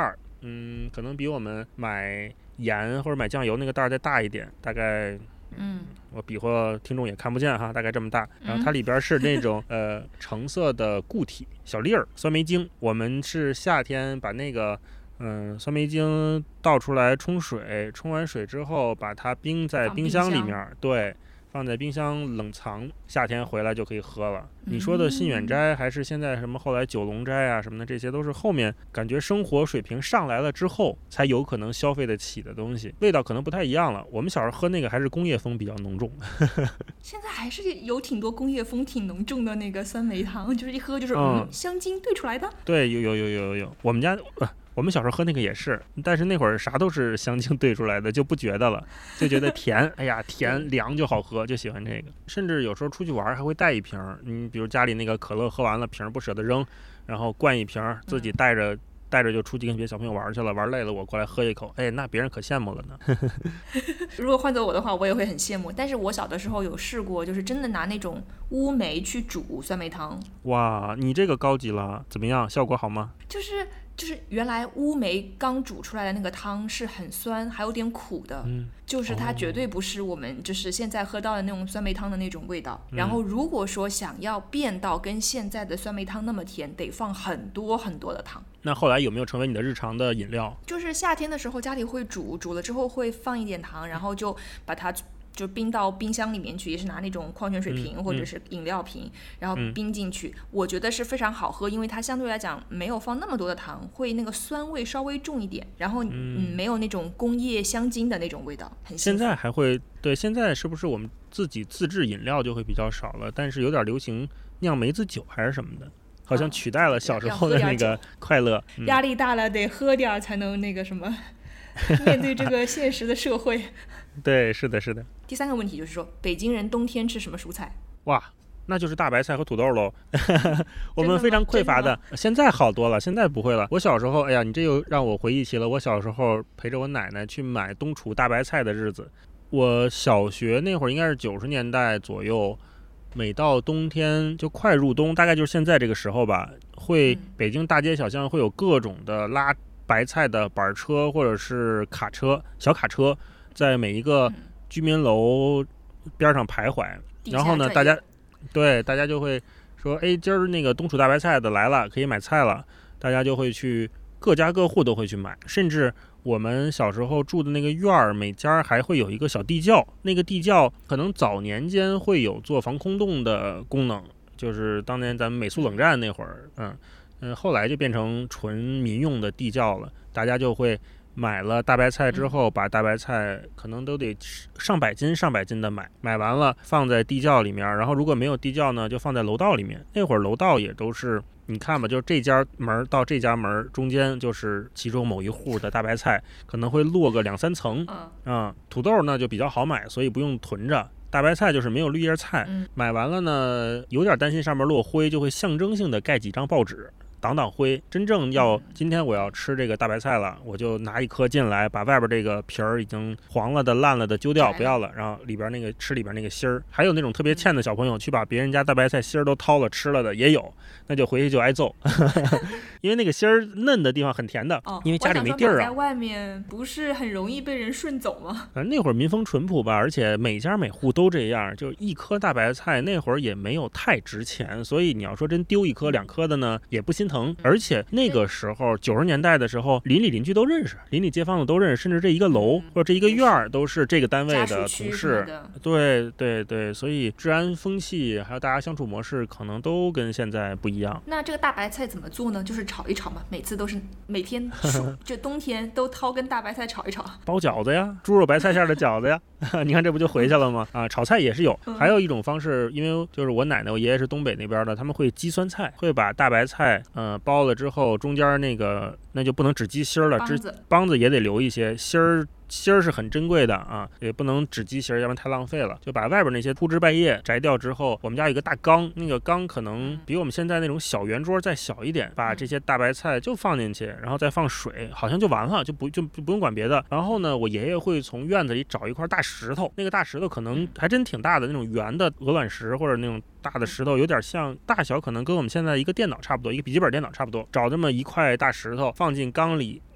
嗯，可能比我们买盐或者买酱油那个袋儿再大一点，大概。 嗯， 我比划听众也看不见哈，大概这么大。然后它里边是那种、嗯、呃橙色的固体小粒儿酸梅精，我们是夏天把那个嗯、呃、酸梅精倒出来冲水，冲完水之后把它冰在冰箱里面，对。放在冰箱冷藏，夏天回来就可以喝了。你说的信远斋还是现在什么后来九龙斋啊什么的，这些都是后面感觉生活水平上来了之后才有可能消费得起的东西，味道可能不太一样了。我们小时候喝那个还是工业风比较浓重现在还是有挺多工业风挺浓重的那个酸梅汤，就是一喝就是嗯, 嗯香精兑出来的。 对，有有有有有有，我们家、呃我们小时候喝那个也是，但是那会儿啥都是香精兑出来的，就不觉得了，就觉得甜，哎呀甜凉就好喝，就喜欢这个。甚至有时候出去玩还会带一瓶，你比如家里那个可乐喝完了，瓶不舍得扔，然后灌一瓶，自己带着、嗯、带着就出去跟别的小朋友玩去了，玩累了我过来喝一口，哎，那别人可羡慕了呢。 如果换做我的话，我也会很羡慕。但是我小的时候有试过，就是真的拿那种乌梅去煮酸梅汤。 哇，你这个高级了，怎么样？效果好吗？ 就是就是原来乌梅刚煮出来的那个汤是很酸还有点苦的、嗯、就是它绝对不是我们就是现在喝到的那种酸梅汤的那种味道、嗯、然后如果说想要变到跟现在的酸梅汤那么甜，得放很多很多的糖。 那后来有没有成为你的日常的饮料？ 就是夏天的时候家里会煮，煮了之后会放一点糖，然后就把它就冰到冰箱里面去，也是拿那种矿泉水瓶、嗯、或者是饮料瓶、嗯、然后冰进去、嗯、我觉得是非常好喝，因为它相对来讲没有放那么多的糖，会那个酸味稍微重一点，然后、嗯嗯、没有那种工业香精的那种味道，很幸福。 现在还会对，现在是不是我们自己自制饮料就会比较少了，但是有点流行酿梅子酒还是什么的，好像取代了小时候的那个快乐、 嗯、压力大了得喝点才能那个什么面对这个现实的社会。 对，是的是的。 第三个问题就是说，北京人冬天吃什么蔬菜？ 哇，那就是大白菜和土豆喽。我们非常匮乏的，现在好多了，现在不会了。我小时候，哎呀，你这又让我回忆起了我小时候陪着我奶奶去买冬储大白菜的日子。我小学那会儿应该是九十年代左右，每到冬天就快入冬，大概就是现在这个时候吧，会北京大街小巷会有各种的拉白菜的板车或者是卡车、小卡车，在每一个居民楼边上徘徊。然后呢，大家对大家就会说，哎，今儿那个冬储大白菜的来了，可以买菜了。大家就会去各家各户都会去买，甚至我们小时候住的那个院儿，每家还会有一个小地窖，那个地窖可能早年间会有做防空洞的功能，就是当年咱们美苏冷战那会儿，嗯嗯，后来就变成纯民用的地窖了。大家就会买了大白菜之后，把大白菜可能都得上百斤上百斤的买，买完了放在地窖里面，然后如果没有地窖呢，就放在楼道里面。那会儿楼道也都是你看吧，就是这家门到这家门中间就是其中某一户的大白菜，可能会落个两三层啊、嗯。土豆呢就比较好买，所以不用囤着。大白菜就是没有绿叶菜，买完了呢，有点担心上面落灰，就会象征性的盖几张报纸挡挡灰。真正要今天我要吃这个大白菜了，我就拿一颗进来，把外边这个皮儿已经黄了的烂了的揪掉，不要了，然后里边那个吃里边那个芯儿。还有那种特别欠的小朋友去把别人家大白菜芯儿都掏了吃了的也有，那就回去就挨揍。因为那个芯儿嫩的地方很甜的、哦、因为家里没地儿啊。 在外面不是很容易被人顺走吗？ 反正那会儿民风淳朴吧，而且每家每户都这样，就一颗大白菜那会儿也没有太值钱，所以你要说真丢一颗两颗的呢也不心疼。而且那个时候九十年代的时候，邻里邻居都认识，邻里街坊的都认识，甚至这一个楼、嗯、或者这一个院儿都是这个单位的同事。对对对，所以治安风气还有大家相处模式可能都跟现在不一样。 那这个大白菜怎么做呢？就是炒一炒嘛，每次都是每天就冬天都掏根大白菜炒一炒。 包饺子呀，猪肉白菜馅的饺子呀。你看这不就回去了吗？啊，炒菜也是有。还有一种方式，因为就是我奶奶我爷爷是东北那边的，他们会鸡酸菜，会把大白菜呃包了之后，中间那个那就不能只鸡心了， 帮子帮子也得留一些心儿。芯儿是很珍贵的啊，也不能只鸡芯儿，要不然太浪费了。就把外边那些铺枝败叶摘掉之后，我们家有一个大缸，那个缸可能比我们现在那种小圆桌再小一点，把这些大白菜就放进去，然后再放水，好像就完了，就不就就不用管别的。然后呢，我爷爷会从院子里找一块大石头，那个大石头可能还真挺大的，那种圆的鹅卵石或者那种大的石头，有点像大小可能跟我们现在一个电脑差不多，一个笔记本电脑差不多。找这么一块大石头放进缸里，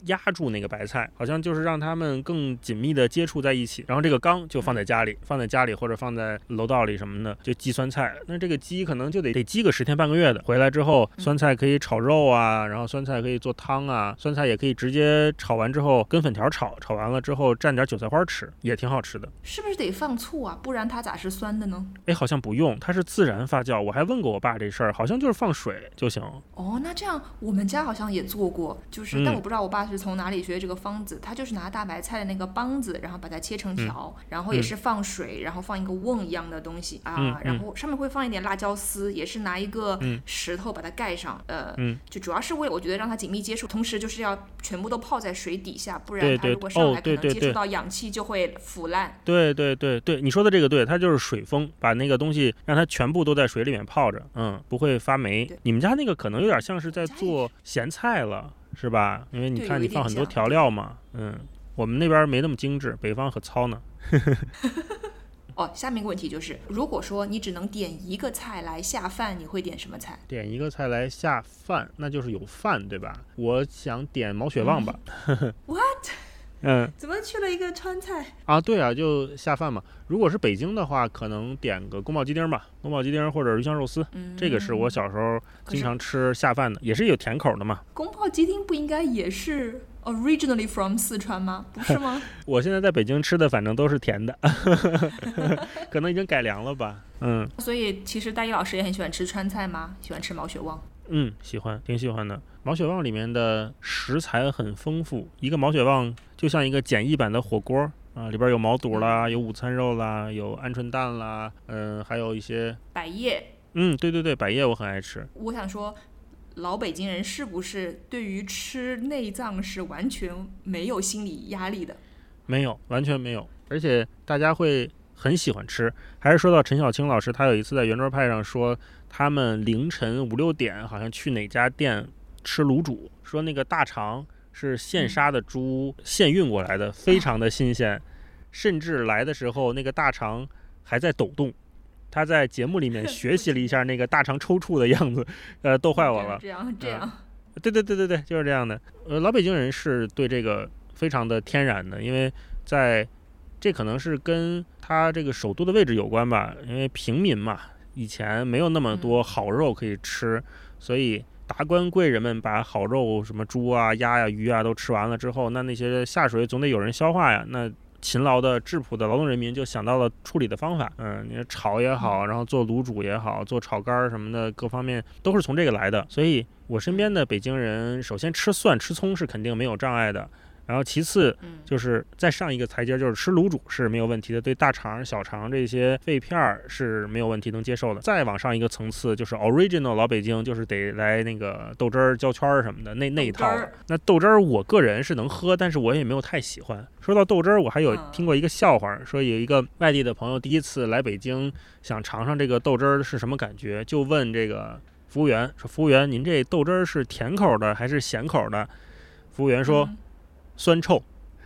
压住那个白菜，好像就是让它们更紧密的接触在一起。然后这个缸就放在家里，放在家里或者放在楼道里什么的，就鸡酸菜。那这个鸡可能就得得鸡个十天半个月的，回来之后酸菜可以炒肉啊，然后酸菜可以做汤啊，酸菜也可以直接炒完之后跟粉条炒，炒完了之后蘸点韭菜花吃，也挺好吃的。 是不是得放醋啊？不然它咋是酸的呢？ 哎，好像不用，它是自然发酵。我还问过我爸这事儿，好像就是放水就行。 哦，那这样我们家好像也做过，就是、 嗯、 但我不知道我爸是从哪里学这个方子。他就是拿大白菜的那个帮子，然后把它切成条、嗯、然后也是放水、嗯、然后放一个瓮一样的东西啊、 嗯， 然后上面会放一点辣椒丝，也是拿一个石头把它盖上、嗯、呃、 嗯， 就主要是为了我觉得让它紧密接触，同时就是要全部都泡在水底下，不然对对它如果上来可能接触到氧气就会腐烂。 对对对对，你说的这个对，它就是水封，把那个东西让它全部都在水里面泡着，嗯，不会发霉。你们家那个可能有点像是在做咸菜了，是吧？因为你看你放很多调料嘛，嗯，我们那边没那么精致，北方可糙呢。 哦，下面一个问题就是，如果说你只能点一个菜来下饭，你会点什么菜？ 点一个菜来下饭，那就是有饭，对吧？我想点毛血旺吧。 嗯、What？ 嗯， 怎么去了一个川菜啊？对啊，就下饭嘛。如果是北京的话，可能点个宫保鸡丁吧，宫保鸡丁或者鱼香肉丝、嗯，这个是我小时候经常吃下饭的，也是有甜口的嘛。 宫保鸡丁不应该也是 originally from 四川吗？不是吗？ 我现在在北京吃的反正都是甜的，可能已经改良了吧。嗯， 所以其实大一老师也很喜欢吃川菜吗？喜欢吃毛血旺？ 嗯，喜欢，挺喜欢的。毛血旺里面的食材很丰富，一个毛血旺就像一个简易版的火锅啊，里边有毛肚啦，有午餐肉啦，有鹌鹑蛋啦，嗯，还有一些百叶。 嗯，对对对，百叶我很爱吃。 我想说，老北京人是不是对于吃内脏是完全没有心理压力的？ 没有，完全没有，而且大家会很喜欢吃。还是说到陈小青老师，他有一次在圆桌派上说，他们凌晨五六点好像去哪家店吃卤煮，说那个大肠是现杀的猪现运过来的，非常的新鲜，甚至来的时候那个大肠还在抖动。他在节目里面学习了一下那个大肠抽搐的样子，呃，逗坏我了。 这样这样、 呃，对对对对对，就是这样的。呃，老北京人是对这个非常的天然的，因为在这可能是跟他这个首都的位置有关吧，因为平民嘛，以前没有那么多好肉可以吃，嗯、所以达官贵人们把好肉什么猪啊、鸭呀、鱼啊都吃完了之后，那那些下水总得有人消化呀，那勤劳的质朴的劳动人民就想到了处理的方法，嗯，你炒也好，然后做卤煮也好，做炒肝什么的，各方面都是从这个来的。所以我身边的北京人，首先吃蒜吃葱是肯定没有障碍的，然后其次就是再上一个台阶，就是吃卤煮是没有问题的，对大肠小肠这些肺片是没有问题能接受的。再往上一个层次就是 original 老北京，就是得来那个豆汁儿焦圈什么的那那一套。那豆汁儿我个人是能喝，但是我也没有太喜欢。说到豆汁儿，我还有听过一个笑话，说有一个外地的朋友第一次来北京，想尝尝这个豆汁儿是什么感觉，就问这个服务员说：“服务员，您这豆汁儿是甜口的还是咸口的？”服务员说：“嗯、酸臭。”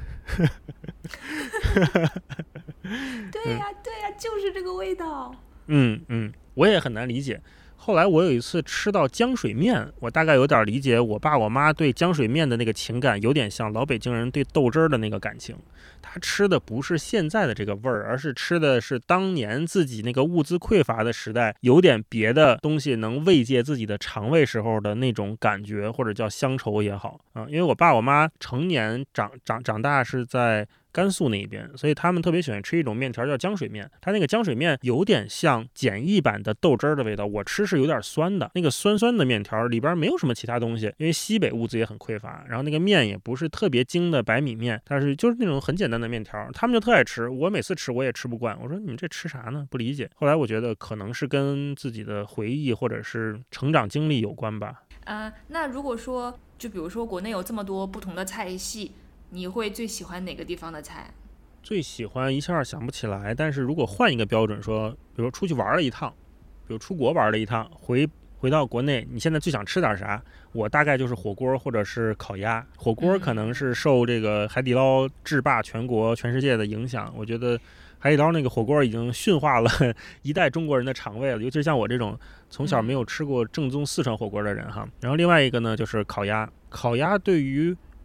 对呀、啊，对呀、啊，就是这个味道。 嗯嗯，我也很难理解。后来我有一次吃到浆水面，我大概有点理解我爸我妈对浆水面的那个情感，有点像老北京人对豆汁儿的那个感情。他吃的不是现在的这个味儿，而是吃的是当年自己那个物资匮乏的时代，有点别的东西能慰藉自己的肠胃时候的那种感觉，或者叫乡愁也好啊、嗯。因为我爸我妈成年长长长大是在甘肃那一边，所以他们特别喜欢吃一种面条叫浆水面，它那个浆水面有点像简易版的豆汁儿的味道，我吃是有点酸的，那个酸酸的面条里边没有什么其他东西，因为西北物资也很匮乏，然后那个面也不是特别精的白米面，但是就是那种很简单的面条，他们就特爱吃，我每次吃我也吃不惯，我说你们这吃啥呢？不理解。后来我觉得可能是跟自己的回忆或者是成长经历有关吧。 呃，那如果说就比如说国内有这么多不同的菜系，你会最喜欢哪个地方的菜？ 最喜欢一下想不起来，但是如果换一个标准说，比如出去玩了一趟，比如出国玩了一趟，回回到国内，你现在最想吃点啥？我大概就是火锅或者是烤鸭。火锅可能是受这个海底捞制霸全国全世界的影响，我觉得海底捞那个火锅已经驯化了一代中国人的肠胃了，尤其是像我这种从小没有吃过正宗四川火锅的人哈。然后另外一个呢就是烤鸭，烤鸭对于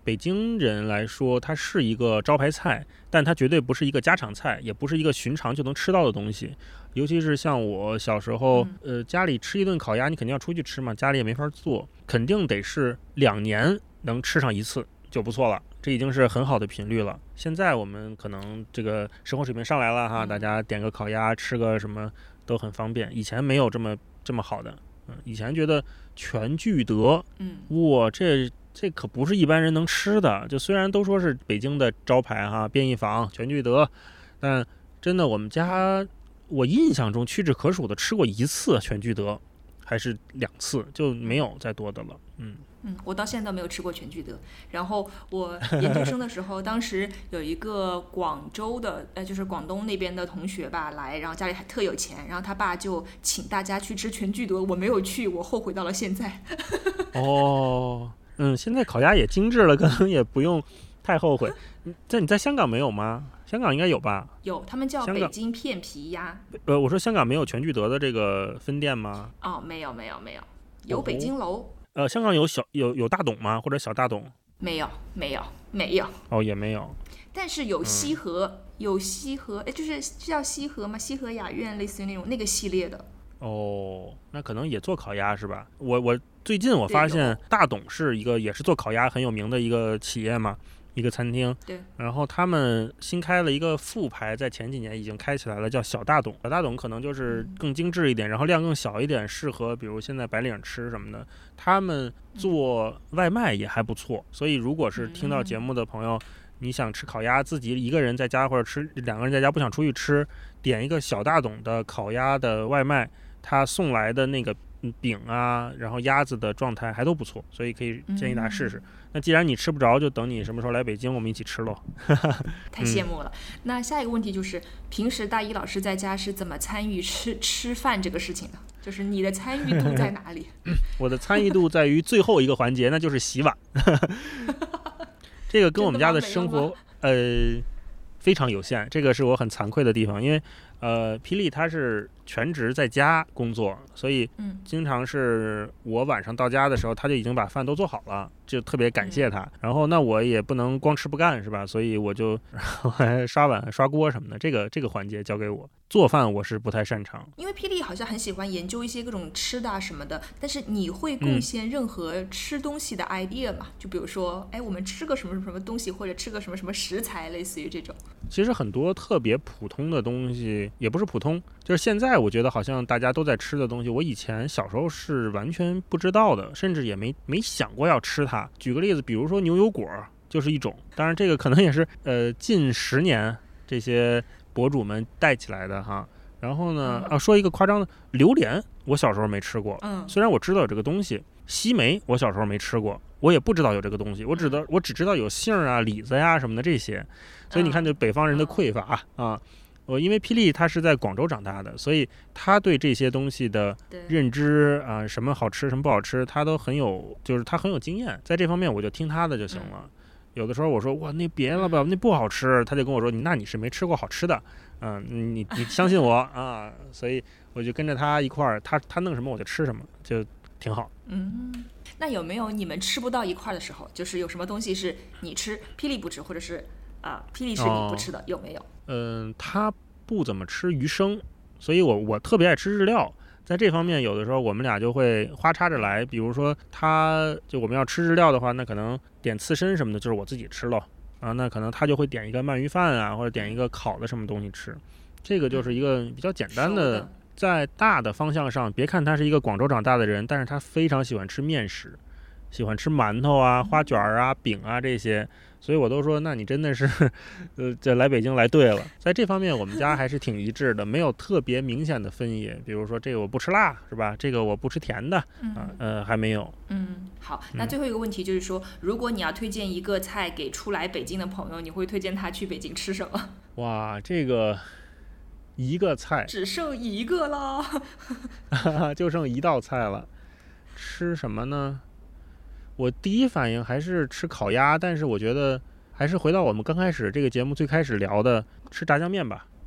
北京人来说，它是一个招牌菜，但它绝对不是一个家常菜，也不是一个寻常就能吃到的东西。尤其是像我小时候，呃，家里吃一顿烤鸭，你肯定要出去吃嘛，家里也没法做，肯定得是两年能吃上一次就不错了，这已经是很好的频率了。现在我们可能这个生活水平上来了哈，大家点个烤鸭，吃个什么都很方便，以前没有这么这么好的。嗯，以前觉得全聚德，嗯，哇，这这可不是一般人能吃的。就虽然都说是北京的招牌哈，便宜坊、全聚德，但真的我们家，我印象中屈指可数的吃过一次全聚德，还是两次，就没有再多的了。嗯嗯，我到现在都没有吃过全聚德。然后我研究生的时候，当时有一个广州的，呃，就是广东那边的同学吧来，然后家里还特有钱，然后他爸就请大家去吃全聚德，我没有去，我后悔到了现在。 哦，嗯，现在烤鸭也精致了，可能也不用太后悔。在你在香港没有吗？香港应该有吧？ 有，他们叫北京片皮鸭。 呃，我说香港没有全聚德的这个分店吗？ 哦，没有没有没有，有北京楼。哦呃，香港有小有有大董吗？或者小大董？ 没有，没有，没有。 哦，也没有。 但是有西河，嗯、有西河，哎，就是叫西河吗？西河雅苑，类似于那种那个系列的。 哦，那可能也做烤鸭是吧？我我最近我发现大董是一个也是做烤鸭很有名的一个企业嘛。一个餐厅， 对， 然后他们新开了一个副牌，在前几年已经开起来了，叫小大董。小大董可能就是更精致一点，然后量更小一点，适合比如现在白领吃什么的。他们做外卖也还不错，所以如果是听到节目的朋友，你想吃烤鸭，自己一个人在家或者吃两个人在家不想出去吃，点一个小大董的烤鸭的外卖，他送来的那个饼啊，然后鸭子的状态还都不错，所以可以建议大家试试。嗯、那既然你吃不着，就等你什么时候来北京，我们一起吃喽。 太羡慕了。嗯、那下一个问题就是，平时大一老师在家是怎么参与吃吃饭这个事情的？就是你的参与度在哪里？ 我的参与度在于最后一个环节，那就是洗碗。这个跟我们家的生活呃非常有限，这个是我很惭愧的地方，因为呃霹雳他是全职在家工作，所以经常是我晚上到家的时候，他就已经把饭都做好了，就特别感谢他。嗯、然后那我也不能光吃不干是吧？所以我就还刷碗刷锅什么的，这个这个环节交给我。做饭我是不太擅长， 因为霹雳好像很喜欢研究一些各种吃的啊什么的，但是你会贡献任何吃东西的 idea 吗？嗯、就比如说，哎，我们吃个什么什么东西，或者吃个什么什么食材，类似于这种。 其实很多特别普通的东西，也不是普通，就是现在我觉得好像大家都在吃的东西，我以前小时候是完全不知道的，甚至也没没想过要吃它。举个例子，比如说牛油果就是一种，当然这个可能也是呃近十年这些博主们带起来的哈。然后呢，啊，说一个夸张的，榴莲我小时候没吃过，嗯，虽然我知道有这个东西。西梅我小时候没吃过，我也不知道有这个东西，我只得我只知道有杏啊、李子呀、啊、什么的这些，所以你看，这北方人的匮乏啊。我因为霹雳他是在广州长大的，所以他对这些东西的认知啊，什么好吃什么不好吃，他都很有，就是他很有经验，在这方面我就听他的就行了。嗯、有的时候我说哇那别了吧，那不好吃，他就跟我说你那你是没吃过好吃的，嗯，你你相信我啊，所以我就跟着他一块儿，他他弄什么我就吃什么，就挺好。 嗯，那有没有你们吃不到一块的时候，就是有什么东西是你吃霹雳不吃，或者是啊霹雳是你不吃的，哦、有没有？ 嗯，他不怎么吃鱼生，所以我我特别爱吃日料。在这方面，有的时候我们俩就会花插着来。比如说，他就我们要吃日料的话，那可能点刺身什么的，就是我自己吃咯。啊，那可能他就会点一个鳗鱼饭啊，或者点一个烤的什么东西吃。这个就是一个比较简单的。嗯在大的方向上，别看他是一个广州长大的人，但是他非常喜欢吃面食，喜欢吃馒头啊、花卷啊、饼啊这些，所以我都说，那你真的是，呃，这来北京来对了。在这方面，我们家还是挺一致的，没有特别明显的分野。比如说，这个我不吃辣，是吧？这个我不吃甜的，啊，呃，还没有。 嗯，好，那最后一个问题就是说，如果你要推荐一个菜给初来北京的朋友，你会推荐他去北京吃什么？ 哇，这个。一个菜只剩一个了就剩一道菜了，吃什么呢？我第一反应还是吃烤鸭，但是我觉得还是回到我们刚开始这个节目最开始聊的，吃炸酱面吧。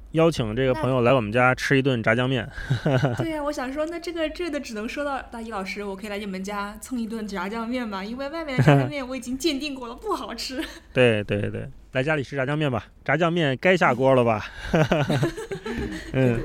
邀请这个朋友来我们家吃一顿炸酱面。 对呀、啊，我想说，那这个这个只能说到大一老师，我可以来你们家蹭一顿炸酱面吗？因为外面的炸酱面我已经鉴定过了，不好吃。 对对对，来家里吃炸酱面吧，炸酱面该下锅了吧？嗯。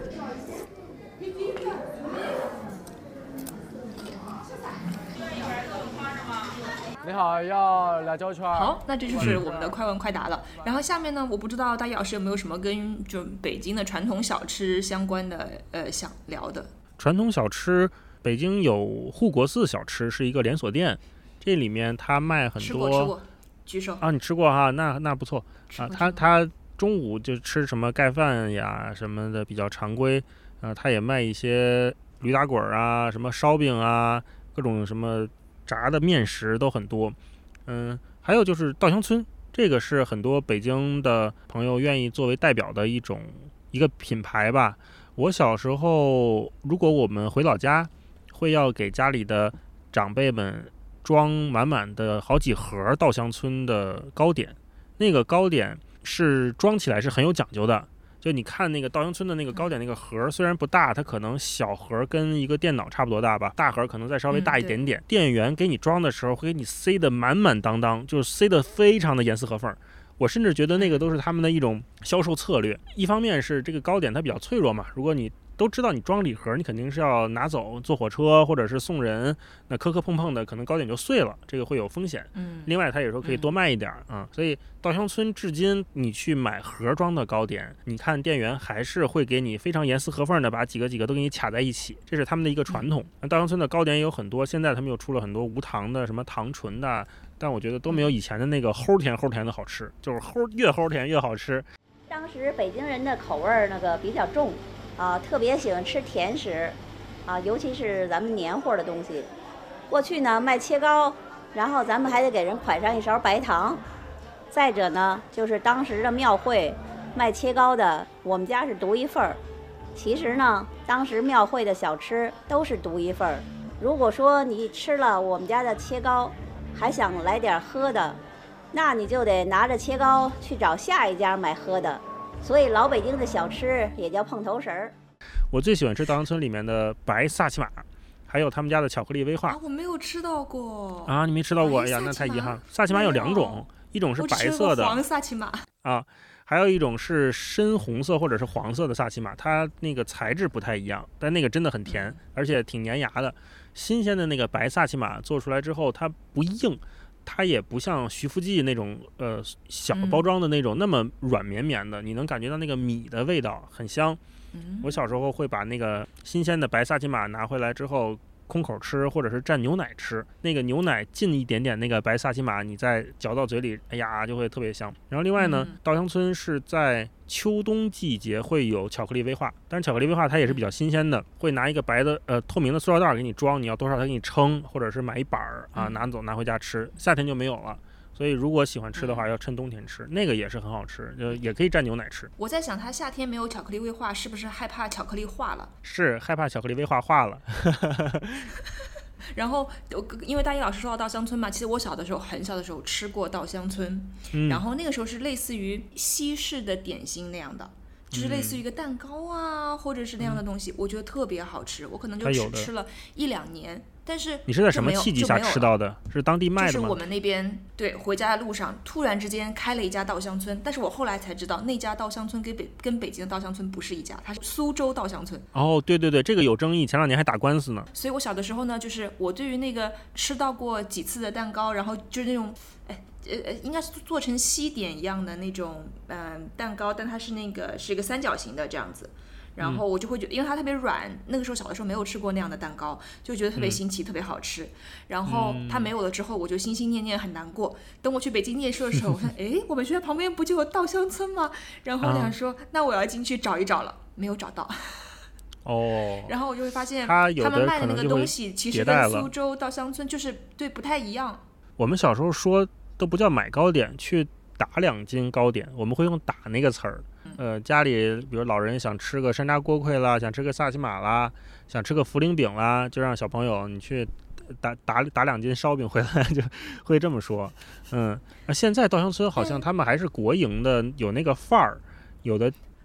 你好，要辣椒圈。 好，那这就是我们的快问快答了。然后下面呢，我不知道大一老师有没有什么跟就北京的传统小吃相关的呃想聊的。 传统小吃，北京有护国寺小吃，是一个连锁店，这里面它卖很多。 吃过吃过，举手。 啊，你吃过哈？那那不错啊。它它中午就吃什么盖饭呀什么的比较常规啊，它也卖一些驴打滚啊，什么烧饼啊，各种什么。炸的面食都很多，嗯，还有就是稻香村，这个是很多北京的朋友愿意作为代表的一种一个品牌吧。我小时候，如果我们回老家，会要给家里的长辈们装满满的好几盒稻香村的糕点，那个糕点是装起来是很有讲究的。就你看那个稻香村的那个糕点那个盒，虽然不大，它可能小盒跟一个电脑差不多大吧，大盒可能再稍微大一点点。嗯、店员给你装的时候会给你塞得满满当当，就是塞得非常的严丝合缝。我甚至觉得那个都是他们的一种销售策略。一方面是这个糕点它比较脆弱嘛，如果你都知道你装礼盒，你肯定是要拿走坐火车或者是送人，那磕磕碰碰的可能糕点就碎了，这个会有风险。嗯，另外它有时候可以多卖一点啊、嗯嗯，所以稻香村至今你去买盒装的糕点，你看店员还是会给你非常严丝合缝的把几个几个都给你卡在一起，这是他们的一个传统。那稻香村的糕点也有很多，现在他们又出了很多无糖的什么糖醇的，但我觉得都没有以前的那个齁甜齁甜的好吃，就是齁越齁甜越好吃。 当时北京人的口味那个比较重。啊，特别喜欢吃甜食，啊，尤其是咱们年货的东西。过去呢卖切糕，然后咱们还得给人蒯上一勺白糖。再者呢，就是当时的庙会卖切糕的，我们家是独一份儿。其实呢，当时庙会的小吃都是独一份儿。如果说你吃了我们家的切糕，还想来点喝的，那你就得拿着切糕去找下一家买喝的。所以老北京的小吃也叫碰头食儿。 我最喜欢吃稻香村里面的白萨琪玛，还有他们家的巧克力威化。 啊，我没有吃到过啊，你没吃到过？哎呀，那太遗憾。萨琪玛有两种，一种是白色的黄萨琪玛啊，还有一种是深红色或者是黄色的萨琪玛，它那个材质不太一样，但那个真的很甜，嗯、而且挺粘牙的。新鲜的那个白萨琪玛做出来之后，它不硬。它也不像徐福记那种呃小包装的那种那么软绵绵的，嗯、你能感觉到那个米的味道很香。嗯、我小时候会把那个新鲜的白萨琪玛拿回来之后空口吃，或者是蘸牛奶吃，那个牛奶浸一点点那个白萨琪玛，你再嚼到嘴里，哎呀就会特别香。然后另外呢，嗯、稻香村是在秋冬季节会有巧克力威化，但是巧克力威化它也是比较新鲜的，会拿一个白的呃透明的塑料袋给你装，你要多少它给你称，或者是买一板儿啊拿走拿回家吃，夏天就没有了。所以如果喜欢吃的话，要趁冬天吃，那个也是很好吃，就也可以蘸牛奶吃。 我在想，他夏天没有巧克力威化，是不是害怕巧克力化了？ 是害怕巧克力威化化了。 然后，因为大一老师说到稻香村嘛，其实我小的时候很小的时候吃过稻香村，嗯、然后那个时候是类似于西式的点心那样的，就是类似于一个蛋糕啊，嗯、或者是那样的东西，我觉得特别好吃，我可能就只吃了一两年。但是你是在什么契机下吃到的？是当地卖的吗？ 就是我们那边对回家的路上突然之间开了一家稻香村，但是我后来才知道那家稻香村跟北跟北京的稻香村不是一家，它是苏州稻香村。 哦，对对对，这个有争议，前两年还打官司呢。 所以我小的时候呢，就是我对于那个吃到过几次的蛋糕，然后就是那种哎呃应该是做成西点一样的那种嗯、呃、蛋糕，但它是那个是一个三角形的这样子。然后我就会觉得，因为它特别软，那个时候小的时候没有吃过那样的蛋糕，就觉得特别新奇，嗯、特别好吃。然后它没有了之后，我就心心念念很难过。等我去北京念书的时候，我说，哎，我们学校旁边不就有稻香村吗？然后我想说，啊、那我要进去找一找了，没有找到。 哦。 然后我就会发现，他们卖的那个东西其实跟苏州稻香村就是对不太一样。 我们小时候说都不叫买糕点，去打两斤糕点，我们会用打那个词儿。呃，家里比如老人想吃个山楂锅盔啦，想吃个萨琪玛啦，想吃个茯苓饼啦，就让小朋友你去打打打两斤烧饼回来，就会这么说。嗯，那现在稻香村好像他们还是国营的，有那个范儿，有的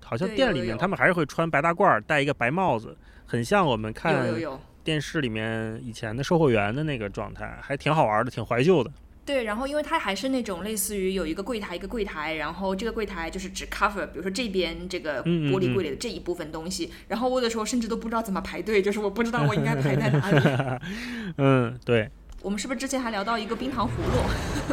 好像店里面他们还是会穿白大褂，戴一个白帽子，很像我们看电视里面以前的售货员的那个状态，还挺好玩的，挺怀旧的。 对，然后因为它还是那种类似于有一个柜台一个柜台，然后这个柜台就是只 cover 比如说这边这个玻璃柜里的这一部分东西，嗯嗯嗯，然后我的时候甚至都不知道怎么排队，就是我不知道我应该排在哪里。 嗯，对。 我们是不是之前还聊到一个冰糖葫芦？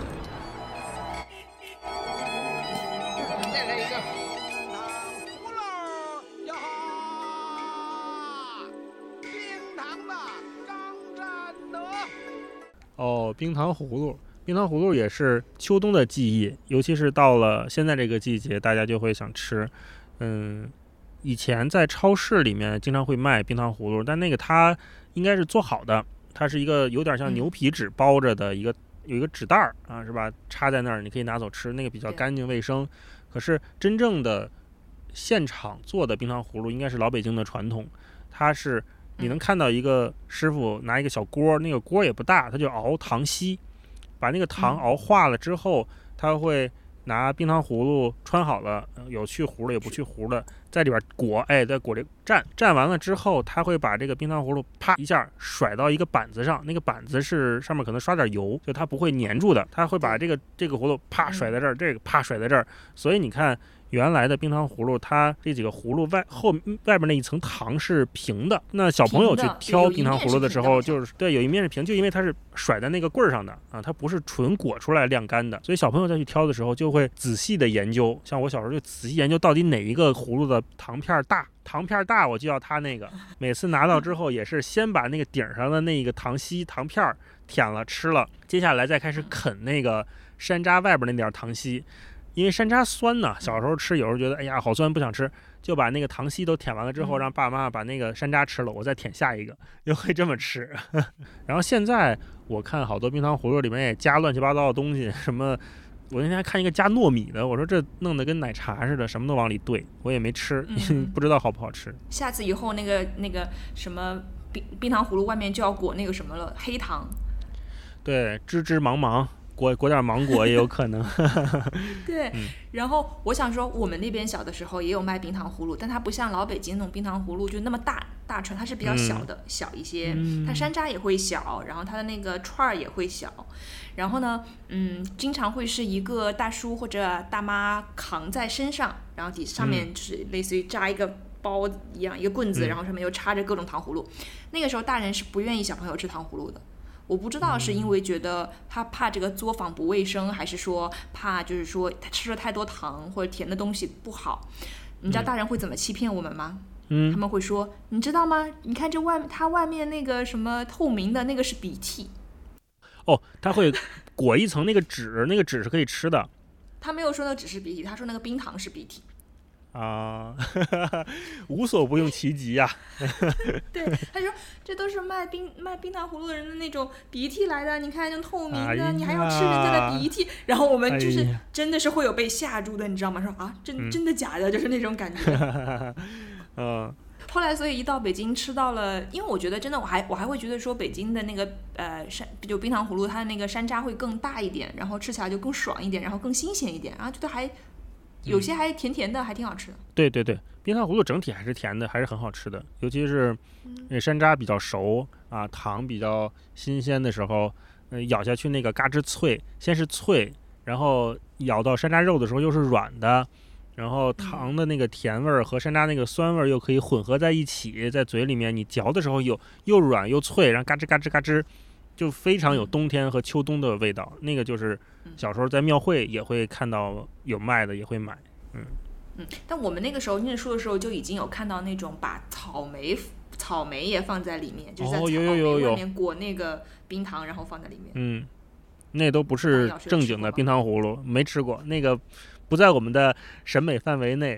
再来一个冰糖葫芦，呀哈！冰糖的张占德。 哦，冰糖葫芦。冰糖葫芦也是秋冬的记忆，尤其是到了现在这个季节，大家就会想吃。嗯，以前在超市里面经常会卖冰糖葫芦，但那个它应该是做好的，它是一个有点像牛皮纸包着的一个、嗯、有一个纸袋儿啊，是吧？插在那儿，你可以拿走吃，那个比较干净卫生。可是真正的现场做的冰糖葫芦应该是老北京的传统，它是你能看到一个师傅拿一个小锅，那个锅也不大，他就熬糖稀。把那个糖熬化了之后，他会拿冰糖葫芦穿好了，有去核的也不去核的，在里边裹，哎，在裹这蘸蘸完了之后，他会把这个冰糖葫芦啪一下甩到一个板子上，那个板子是上面可能刷点油，就它不会粘住的，他会把这个这个葫芦啪甩在这儿，这个啪甩在这儿，所以你看。原来的冰糖葫芦，它这几个葫芦外后外边那一层糖是平的。那小朋友去挑冰糖葫芦的时候，就是对，有一面是平，就因为它是甩在那个棍儿上的啊，它不是纯裹出来晾干的。所以小朋友再去挑的时候，就会仔细的研究。像我小时候就仔细研究到底哪一个葫芦的糖片大，糖片大我就要它那个。每次拿到之后，也是先把那个顶上的那个糖稀糖片舔了吃了，接下来再开始啃那个山楂外边那点糖稀。因为山楂酸呢，小时候吃有时候觉得哎呀好酸不想吃，就把那个糖稀都舔完了之后，让爸妈把那个山楂吃了，我再舔下一个，就会这么吃。然后现在我看好多冰糖葫芦里面也加乱七八糟的东西，什么我那天还看一个加糯米的，我说这弄得跟奶茶似的，什么都往里兑，我也没吃，嗯、不知道好不好吃。 下次以后那个那个什么冰冰糖葫芦外面就要裹那个什么了，黑糖。 对，芝芝芒芒。裹裹点芒果也有可能。 对、嗯，然后我想说，我们那边小的时候也有卖冰糖葫芦，但它不像老北京那种冰糖葫芦就那么大大串，它是比较小的，嗯、小一些。它山楂也会小，然后它的那个串儿也会小。然后呢，嗯，经常会是一个大叔或者大妈扛在身上，然后底上面就是类似于扎一个包一样一个棍子，嗯、然后上面又插着各种糖葫芦。那个时候大人是不愿意小朋友吃糖葫芦的。我不知道是因为觉得他怕这个作坊不卫生，还是说怕就是说他吃了太多糖或者甜的东西不好。你知道大人会怎么欺骗我们吗？嗯，他们会说，你知道吗？你看这外它外面那个什么透明的那个是鼻涕。 哦，他会裹一层那个纸，那个纸是可以吃的。 他没有说那个纸是鼻涕，他说那个冰糖是鼻涕。 啊，无所不用其极呀、啊！ 对，他说这都是卖冰卖冰糖葫芦的人的那种鼻涕来的，你看那透明的、哎，你还要吃人家的鼻涕，然后我们就是真的是会有被吓住的，你知道吗？说啊，真真的假的，就是那种感觉。嗯。后来，所以一到北京吃到了，因为我觉得真的，我还我还会觉得说北京的那个呃山就冰糖葫芦，它的那个山楂会更大一点，然后吃起来就更爽一点，然后更新鲜一点，然后觉得还。有些还甜甜的，还挺好吃的。 对对对，冰糖葫芦整体还是甜的，还是很好吃的。尤其是山楂比较熟啊，糖比较新鲜的时候，呃，咬下去那个嘎吱脆，先是脆，然后咬到山楂肉的时候又是软的，然后糖的那个甜味儿和山楂那个酸味儿又可以混合在一起，在嘴里面你嚼的时候有又软又脆，然后嘎吱嘎吱嘎吱。就非常有冬天和秋冬的味道，那个就是小时候在庙会也会看到有卖的，也会买。嗯嗯，但我们那个时候念书的时候就已经有看到那种把草莓草莓也放在里面，就是在草莓外面裹那个冰糖，然后放在里面。 嗯，那都不是正经的冰糖葫芦，没吃过，那个不在我们的审美范围内。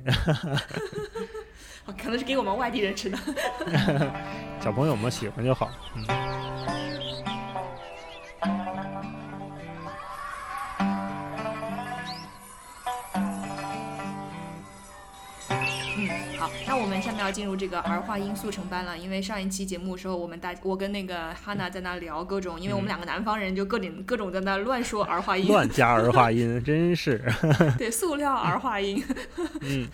可能是给我们外地人吃的。 小朋友们喜欢就好。嗯。 那我们下面要进入这个儿化音速成班了，因为上一期节目的时候，我们大我跟那个哈娜在那聊各种，因为我们两个南方人就各种各种在那乱说儿化音， 乱加儿化音，真是。 对，塑料儿化音。 嗯，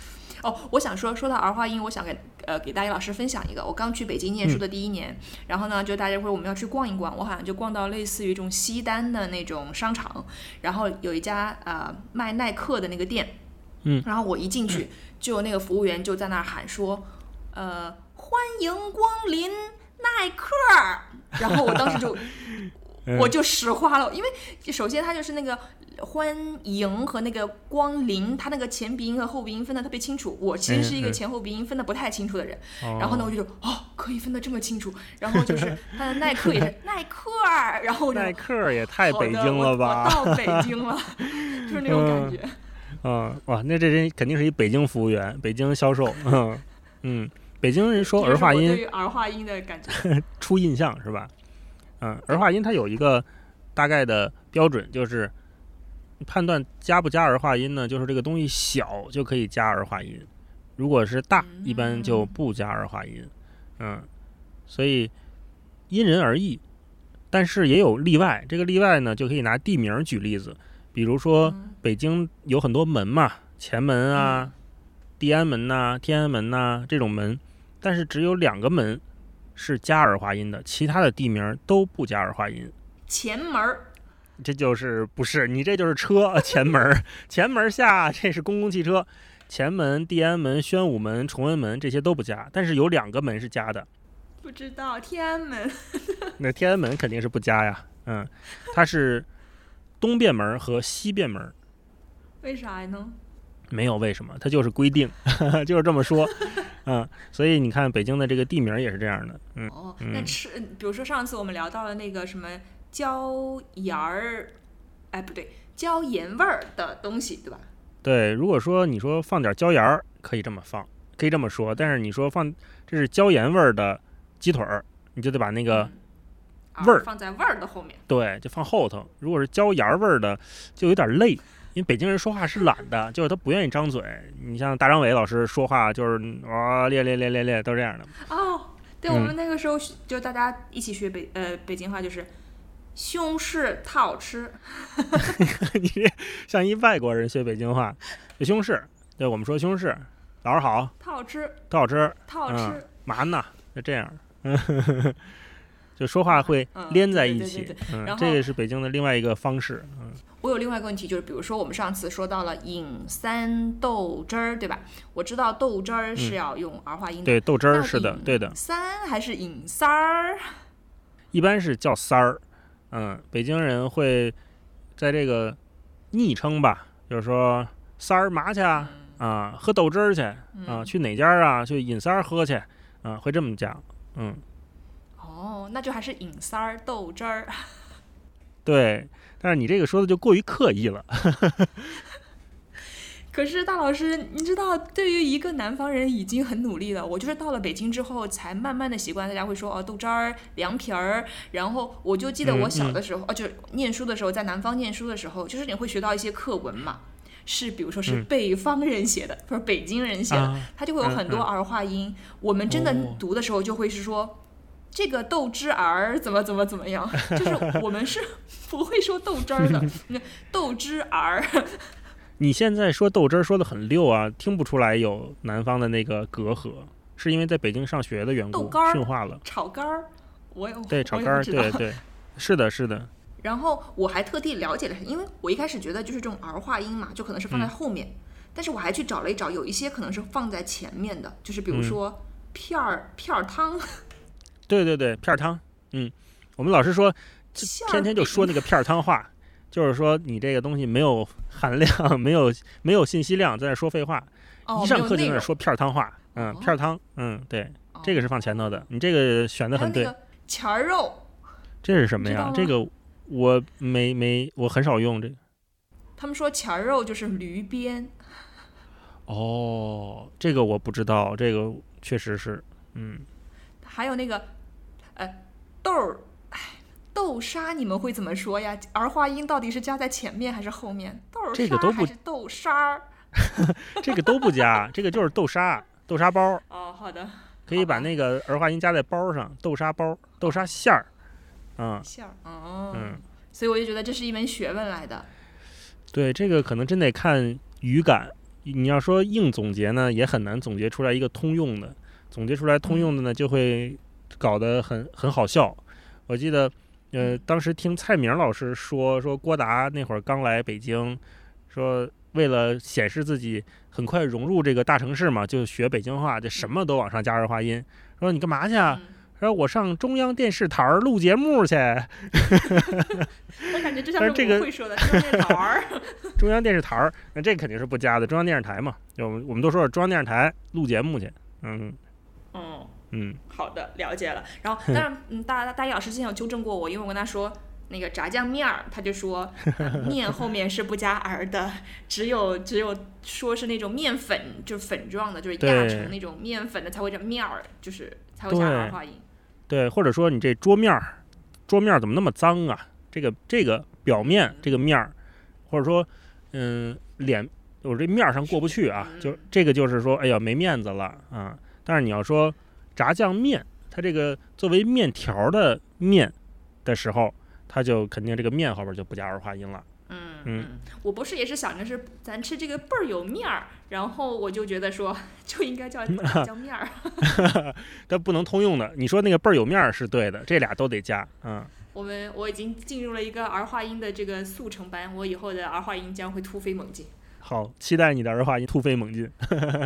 哦，我想说说到儿化音，我想给呃给大一老师分享一个。我刚去北京念书的第一年，嗯、然后呢，就大家会我们要去逛一逛，我好像就逛到类似于一种西单的那种商场，然后有一家呃卖耐克的那个店， 嗯， 然后我一进去，就有那个服务员就在那儿喊说，呃，欢迎光临耐克，然后我当时就。我就石化了，因为首先它就是那个欢迎和那个光临，它那个前鼻音和后鼻音分得特别清楚。我其实是一个前后鼻音分得不太清楚的人， 嗯、 然后呢，我就觉得哦，可以分得这么清楚。然后就是它的耐克也是耐克，然后耐克也太北京了吧！ 我, 我到北京了，就是那种感觉。 嗯, 嗯，哇，那这人肯定是一北京服务员，北京销售。嗯嗯，北京人说儿化音， 对于儿化音的感觉出印象是吧？嗯，儿化音它有一个大概的标准，就是判断加不加儿化音呢，就是这个东西小就可以加儿化音，如果是大，一般就不加儿化音。嗯，所以因人而异，但是也有例外。这个例外呢，就可以拿地名举例子，比如说北京有很多门嘛，前门啊、地安门呐、啊、天安门呐、啊、这种门，但是只有两个门是加儿化音的，其他的地名都不加儿化音。 前门， 这就是不是你这就是车前门，前门下这是公共汽车，前门、地安门、宣武门、崇文门这些都不加，但是有两个门是加的。 不知道天安门， 那天安门肯定是不加呀，嗯，它是东便门和西便门。 为啥呢？ 没有为什么，它就是规定，就是这么说。嗯，所以你看北京的这个地名也是这样的。嗯， 哦，那吃，比如说上次我们聊到了那个什么椒盐儿，哎，不对，椒盐味儿的东西，对吧？ 对，如果说你说放点椒盐儿，可以这么放，可以这么说。但是你说放这是椒盐味儿的鸡腿儿，你就得把那个味儿、 嗯、放在味儿的后面。 对，就放后头。如果是椒盐味儿的，就有点累。因为北京人说话是懒的，就是他不愿意张嘴。你像大张伟老师说话就是哇咧咧咧咧咧都这样的。 哦，对、嗯，我们那个时候就大家一起学北呃北京话，就是胸式套吃。 你这像一外国人学北京话，就胸式，对我们说胸式，老师好， 套吃， 多好吃， 套吃， 嗯、嘛呢？就这样。就说话会连在一起，嗯，这个是北京的另外一个方式。嗯， 我有另外一个问题，就是比如说我们上次说到了饮三豆汁儿，对吧？我知道豆汁儿是要用儿化音的， 对，豆汁儿是的，对的。 三还是饮三儿？ 一般是叫三儿，嗯，北京人会在这个昵称吧，就是说三儿嘛去啊， 嗯、 啊，喝豆汁儿去啊、嗯，去哪家啊？去饮三儿喝去啊，会这么讲，嗯。 哦，那就还是饮三儿豆汁儿。 对，但是你这个说的就过于刻意了。 可是大老师，你知道，对于一个南方人已经很努力了。我就是到了北京之后，才慢慢的习惯，大家会说哦豆汁儿、凉皮儿。然后我就记得我小的时候，嗯嗯、哦，就是念书的时候，在南方念书的时候，就是你会学到一些课文嘛，是比如说是北方人写的，或者、嗯、北京人写的，啊、他就会有很多儿化音。嗯嗯、我们真的读的时候就会是说。哦，这个豆汁儿怎么怎么怎么样，就是我们是不会说豆汁儿的，豆汁儿。 你现在说豆汁儿说的很溜啊，听不出来有南方的那个隔阂，是因为在北京上学的缘故，驯化了。 炒肝儿，我有对炒肝儿，对对，是的，是的。 然后我还特地了解了，因为我一开始觉得就是这种儿化音嘛，就可能是放在后面，嗯、但是我还去找了一找，有一些可能是放在前面的，就是比如说片儿、嗯、片儿汤。 对对对，片儿汤，嗯，我们老师说，天天就说那个片儿汤话，就是说你这个东西没有含量，没有没有信息量，在那说废话， 哦、 一上课就在那说片儿汤话，嗯，哦、片儿汤，嗯，对，哦、这个是放前头的，你这个选的很对。 钱儿肉， 这是什么呀？这个我没没，我很少用这个。 他们说钱儿肉就是驴鞭。 哦，这个我不知道，这个确实是，嗯。 还有那个，呃，豆儿，哎，豆沙你们会怎么说呀？儿化音到底是加在前面还是后面？豆儿这个都不还是豆沙？ 这个都不加，这个就是豆沙，豆沙包。 哦，好的。 可以把那个儿化音加在包上，豆沙包、豆沙馅儿，嗯。 馅儿，哦。 嗯。 所以我就觉得这是一门学问来的。 对，这个可能真得看语感， 你要说硬总结呢，也很难总结出来一个通用的，总结出来通用的呢，就会搞得很很好笑。我记得，呃，当时听蔡明老师说，说郭达那会儿刚来北京，说为了显示自己很快融入这个大城市嘛，就学北京话，就什么都往上加儿化音。说你干嘛去啊？说我上中央电视台录节目去。 我感觉就像是我会说的中央电视台。 中央电视台，那这肯定是不加的。中央电视台嘛，就我们都说中央电视台录节目去。嗯。 嗯嗯， 好的，了解了。然后，当然，嗯，大大一老师之前有纠正过我，因为我跟他说那个炸酱面儿，他就说、呃、面后面是不加儿的，只有只有说是那种面粉，就是粉状的，就是压成那种面粉的才会叫面儿，就是才会加儿化音。 对，或者说你这桌面儿，桌面怎么那么脏啊？这个这个表面这个面儿，或者说嗯脸，我这面上过不去啊，就这个就是说，哎呀没面子了啊。但是你要说炸酱面，它这个作为面条的面的时候，它就肯定这个面后边就不加儿化音了。 嗯嗯，我不是也是想着是咱吃这个倍儿有面儿，然后我就觉得说就应该叫炸酱面儿。 但不能通用的。你说那个倍儿有面儿是对的，这俩都得加。嗯。 我们我已经进入了一个儿化音的这个速成班，我以后的儿化音将会突飞猛进。 好，期待你的儿化音突飞猛进。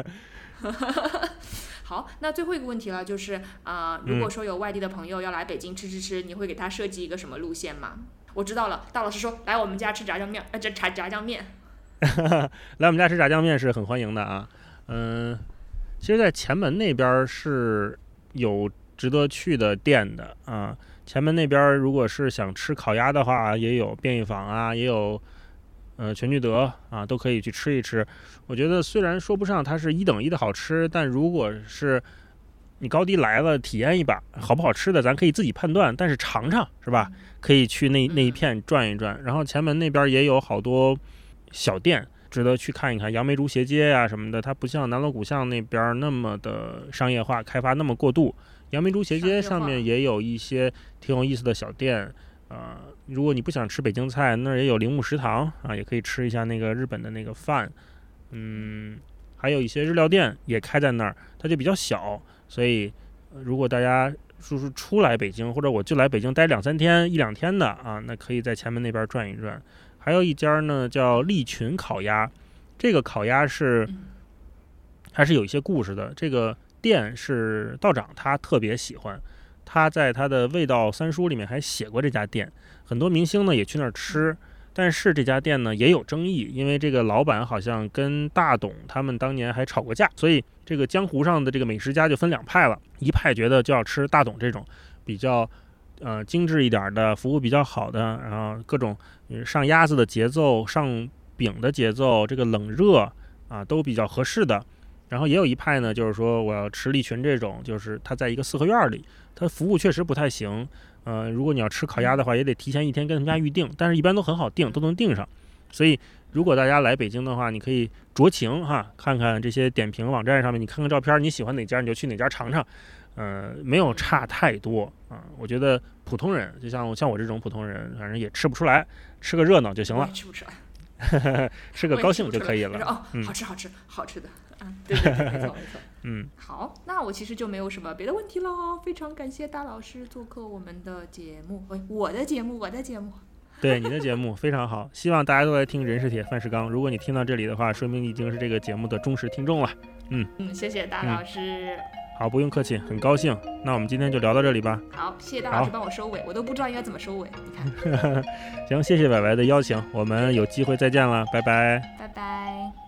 好，那最后一个问题了，就是啊、呃，如果说有外地的朋友要来北京吃吃吃，你会给他设计一个什么路线吗？我知道了，大老师说来我们家吃炸酱面，呃，这炸炸酱面。 来我们家吃炸酱面是很欢迎的啊。嗯，其实，在前门那边是有值得去的店的啊。前门那边如果是想吃烤鸭的话，也有便宜坊啊，也有。呃，全聚德啊，都可以去吃一吃。我觉得虽然说不上它是一等一的好吃，但如果是你高低来了体验一把，好不好吃的咱可以自己判断，但是尝尝是吧？可以去那那一片转一转。然后前门那边也有好多小店值得去看一看，杨梅竹斜街呀、啊、什么的，它不像南锣鼓巷那边那么的商业化，开发那么过度。杨梅竹斜街上面也有一些挺有意思的小店。呃，如果你不想吃北京菜，那儿也有铃木食堂啊，也可以吃一下那个日本的那个饭。嗯，还有一些日料店也开在那儿，它就比较小，所以、呃、如果大家就是出来北京，或者我就来北京待两三天、一两天的啊，那可以在前门那边转一转。还有一家呢叫利群烤鸭，这个烤鸭是还是有一些故事的。这个店是道长他特别喜欢。他在他的味道三书里面还写过这家店，很多明星呢也去那儿吃，但是这家店呢也有争议，因为这个老板好像跟大董他们当年还吵过架，所以这个江湖上的这个美食家就分两派了，一派觉得就要吃大董这种比较呃精致一点的，服务比较好的，然后各种上鸭子的节奏、上饼的节奏，这个冷热啊都比较合适的。然后也有一派呢，就是说我要吃利群这种，就是它在一个四合院里，它服务确实不太行。呃，如果你要吃烤鸭的话，也得提前一天跟他们家预定，但是一般都很好订，都能订上。所以如果大家来北京的话，你可以酌情哈，看看这些点评网站上面，你看看照片，你喜欢哪家你就去哪家尝尝。呃，没有差太多啊。我觉得普通人，就像像我这种普通人，反正也吃不出来，吃个热闹就行了。 吃不出来。 吃个高兴就可以了。 哦、嗯，好吃好吃好吃的，嗯，对对对，没错没错。 嗯， 好，那我其实就没有什么别的问题了。非常感谢大老师做客我们的节目，喂，我的节目，我的节目。 对，你的节目非常好，希望大家都来听人是铁，饭是钢。如果你听到这里的话，说明你已经是这个节目的忠实听众了。嗯嗯，谢谢大老师。嗯、 好，不用客气，很高兴。那我们今天就聊到这里吧。 好，谢谢大老师帮我收尾，我都不知道应该怎么收尾。你看。 行，谢谢歪歪的邀请，我们有机会再见了，拜拜。 拜拜。